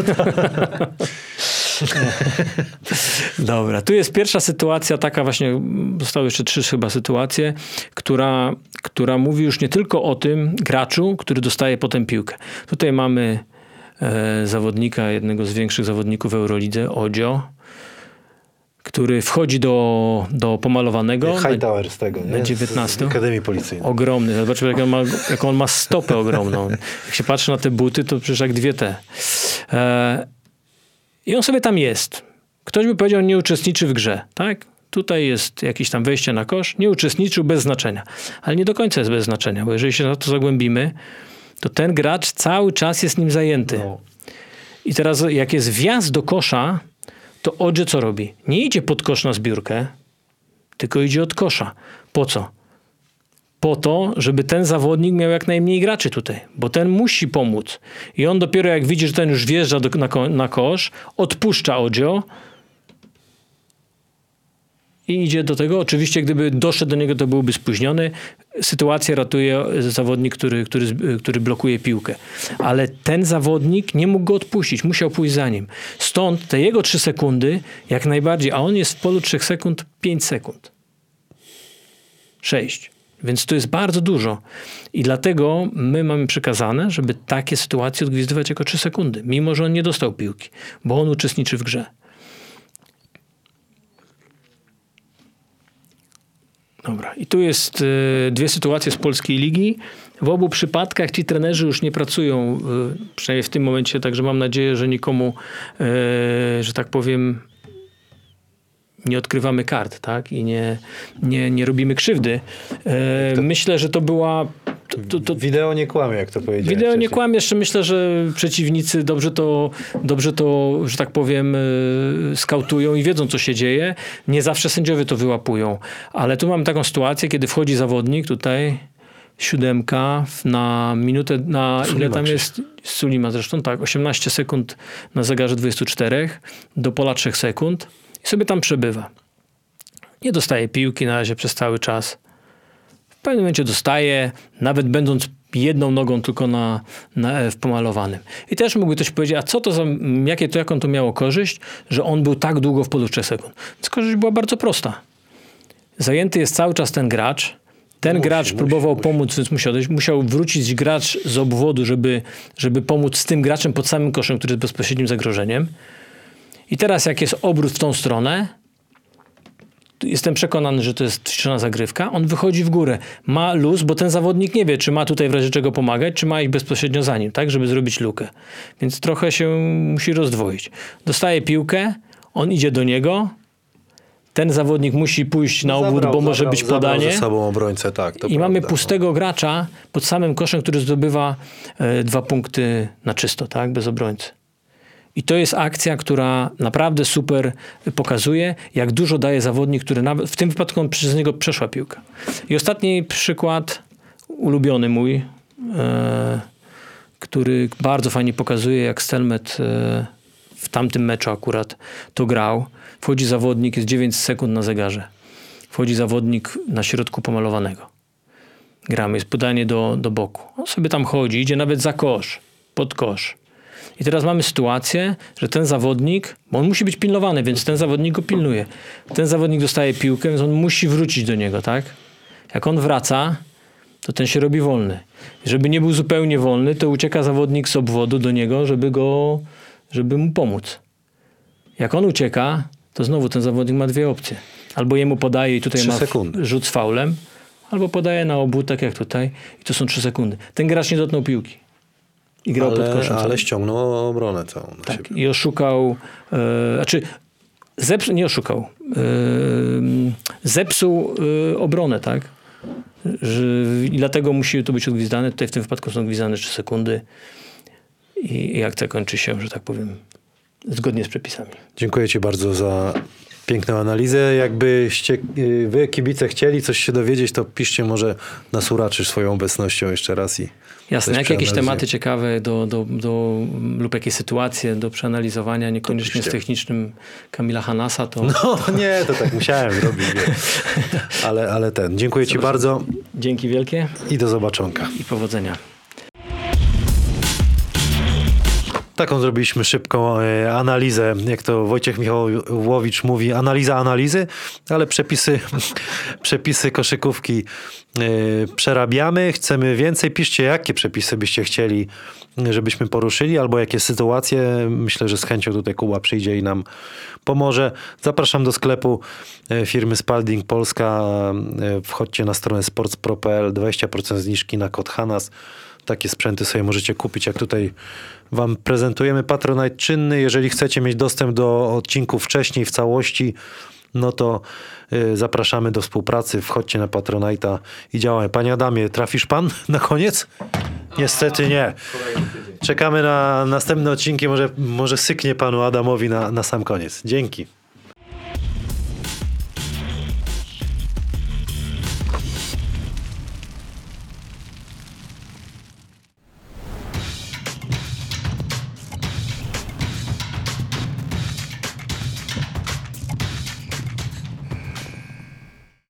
Dobra, tu jest pierwsza sytuacja taka właśnie, zostały jeszcze trzy chyba sytuacje, która, która mówi już nie tylko o tym graczu, który dostaje potem piłkę. Tutaj mamy e, zawodnika, jednego z większych zawodników w Eurolidze, Odzio, który wchodzi do, do pomalowanego. Hightower z tego, nie? na Z- dziewiętnastym. Z Akademii Policyjnej. Ogromny. Zobaczmy, jak on ma, jak on ma stopę ogromną. Jak się patrzy na te buty, to przecież jak dwie te. E, I on sobie tam jest. Ktoś by powiedział, nie uczestniczy w grze, tak? Tutaj jest jakieś tam wejście na kosz. Nie uczestniczył bez znaczenia. Ale nie do końca jest bez znaczenia, bo jeżeli się na to zagłębimy, to ten gracz cały czas jest nim zajęty. No. I teraz jak jest wjazd do kosza, to Odzie co robi? Nie idzie pod kosz na zbiórkę, tylko idzie od kosza. Po co? Po to, żeby ten zawodnik miał jak najmniej graczy tutaj, bo ten musi pomóc. I on dopiero jak widzi, że ten już wjeżdża do, na, ko, na kosz, odpuszcza Odzio i idzie do tego. Oczywiście, gdyby doszedł do niego, to byłby spóźniony. Sytuację ratuje zawodnik, który, który, który blokuje piłkę. Ale ten zawodnik nie mógł go odpuścić. Musiał pójść za nim. Stąd te jego trzy sekundy jak najbardziej, a on jest w polu trzech sekund, pięć sekund. sześć. Więc to jest bardzo dużo. I dlatego my mamy przekazane, żeby takie sytuacje odgwizdywać jako trzy sekundy. Mimo, że on nie dostał piłki. Bo on uczestniczy w grze. Dobra, i tu jest y, dwie sytuacje z polskiej ligi. W obu przypadkach ci trenerzy już nie pracują, y, przynajmniej w tym momencie, także mam nadzieję, że nikomu, y, że tak powiem, nie odkrywamy kart, tak? I nie, nie, nie robimy krzywdy. Y, myślę, że to była... To, to, to, Wideo nie kłamie, jak to powiedziałem. Wideo nie wcześniej. kłamie, jeszcze myślę, że przeciwnicy dobrze to, dobrze to, że tak powiem, yy, skautują i wiedzą, co się dzieje. Nie zawsze sędziowie to wyłapują. Ale tu mamy taką sytuację, kiedy wchodzi zawodnik, tutaj siódemka na minutę, na Sulima ile tam przecież. jest, Sulima zresztą, tak, osiemnaście sekund na zegarze dwudziestu czterech do pola trzech sekund i sobie tam przebywa. Nie dostaje piłki na razie przez cały czas. W pewnym momencie dostaje, nawet będąc jedną nogą tylko na, na, w pomalowanym. I też mógłby ktoś powiedzieć, a co to za, jakie to, jaką to miało korzyść, że on był tak długo w polu trzech sekund. Więc korzyść była bardzo prosta. Zajęty jest cały czas ten gracz. Ten Musi, gracz musi, próbował musi. pomóc, więc musiał odejść. Musiał wrócić gracz z obwodu, żeby, żeby pomóc z tym graczem pod samym koszem, który jest bezpośrednim zagrożeniem. I teraz jak jest obrót w tą stronę, jestem przekonany, że to jest ćwiczona zagrywka, on wychodzi w górę. Ma luz, bo ten zawodnik nie wie, czy ma tutaj w razie czego pomagać, czy ma ich bezpośrednio za nim, tak, żeby zrobić lukę. Więc trochę się musi rozdwoić. Dostaje piłkę, on idzie do niego, ten zawodnik musi pójść na obwód, bo może być podanie. Zabrał ze sobą obrońcę, tak. To I prawda, mamy no. pustego gracza pod samym koszem, który zdobywa e, dwa punkty na czysto, tak, bez obrońcy. I to jest akcja, która naprawdę super pokazuje, jak dużo daje zawodnik, który nawet, w tym wypadku on przez niego przeszła piłka. I ostatni przykład, ulubiony mój, e, który bardzo fajnie pokazuje, jak Stelmet e, w tamtym meczu akurat to grał. Wchodzi zawodnik, jest dziewięć sekund na zegarze. Wchodzi zawodnik na środku pomalowanego. Gramy, jest podanie do, do boku. On sobie tam chodzi, idzie nawet za kosz, pod kosz. I teraz mamy sytuację, że ten zawodnik, bo on musi być pilnowany, więc ten zawodnik go pilnuje. Ten zawodnik dostaje piłkę, więc on musi wrócić do niego, tak? Jak on wraca, to ten się robi wolny. Żeby nie był zupełnie wolny, to ucieka zawodnik z obwodu do niego, żeby go, żeby mu pomóc. Jak on ucieka, to znowu ten zawodnik ma dwie opcje. Albo jemu podaje i tutaj Trzy ma sekundy. rzut z faulem, albo podaje na obwód, tak jak tutaj, i to są trzy sekundy. Ten gracz nie dotknął piłki. I grał pod Ale, koszem. ale ściągnął obronę całą na Tak, siebie. i oszukał, e, znaczy zepsuł, nie oszukał, e, zepsuł e, obronę, tak? Że, I dlatego musi to być odgwizdane. Tutaj w tym wypadku są odgwizdane trzy sekundy i, i akcja kończy się, że tak powiem, zgodnie z przepisami. Dziękuję ci bardzo za piękną analizę. Jakbyście y, wy, kibice, chcieli coś się dowiedzieć, to piszcie, może nas uraczysz swoją obecnością jeszcze raz. I Jasne, coś jak jakieś przeanalizujemy. tematy ciekawe do, do, do, lub jakieś sytuacje do przeanalizowania, niekoniecznie z piszcie. technicznym Kamila Hanasa, to No nie, to tak musiałem zrobić. wie. Ale, ale ten. Dziękuję ci bardzo dzięki wielkie i do zobaczonka. i powodzenia. Taką zrobiliśmy szybką e, analizę, jak to Wojciech Michałowicz mówi, analiza analizy, ale przepisy, przepisy koszykówki e, przerabiamy. Chcemy więcej. Piszcie, jakie przepisy byście chcieli, żebyśmy poruszyli, albo jakie sytuacje. Myślę, że z chęcią tutaj Kuba przyjdzie i nam pomoże. Zapraszam do sklepu e, firmy Spalding Polska. E, wchodźcie na stronę sportspro kropka p l, dwadzieścia procent zniżki na kod Hanas. Takie sprzęty sobie możecie kupić, jak tutaj wam prezentujemy. Patronite czynny. Jeżeli chcecie mieć dostęp do odcinków wcześniej w całości, no to y, zapraszamy do współpracy. Wchodźcie na Patronite'a i działamy. Panie Adamie, trafisz pan na koniec? Niestety nie. Kolejny tydzień. Czekamy na następne odcinki. Może, może syknie panu Adamowi na, na sam koniec. Dzięki.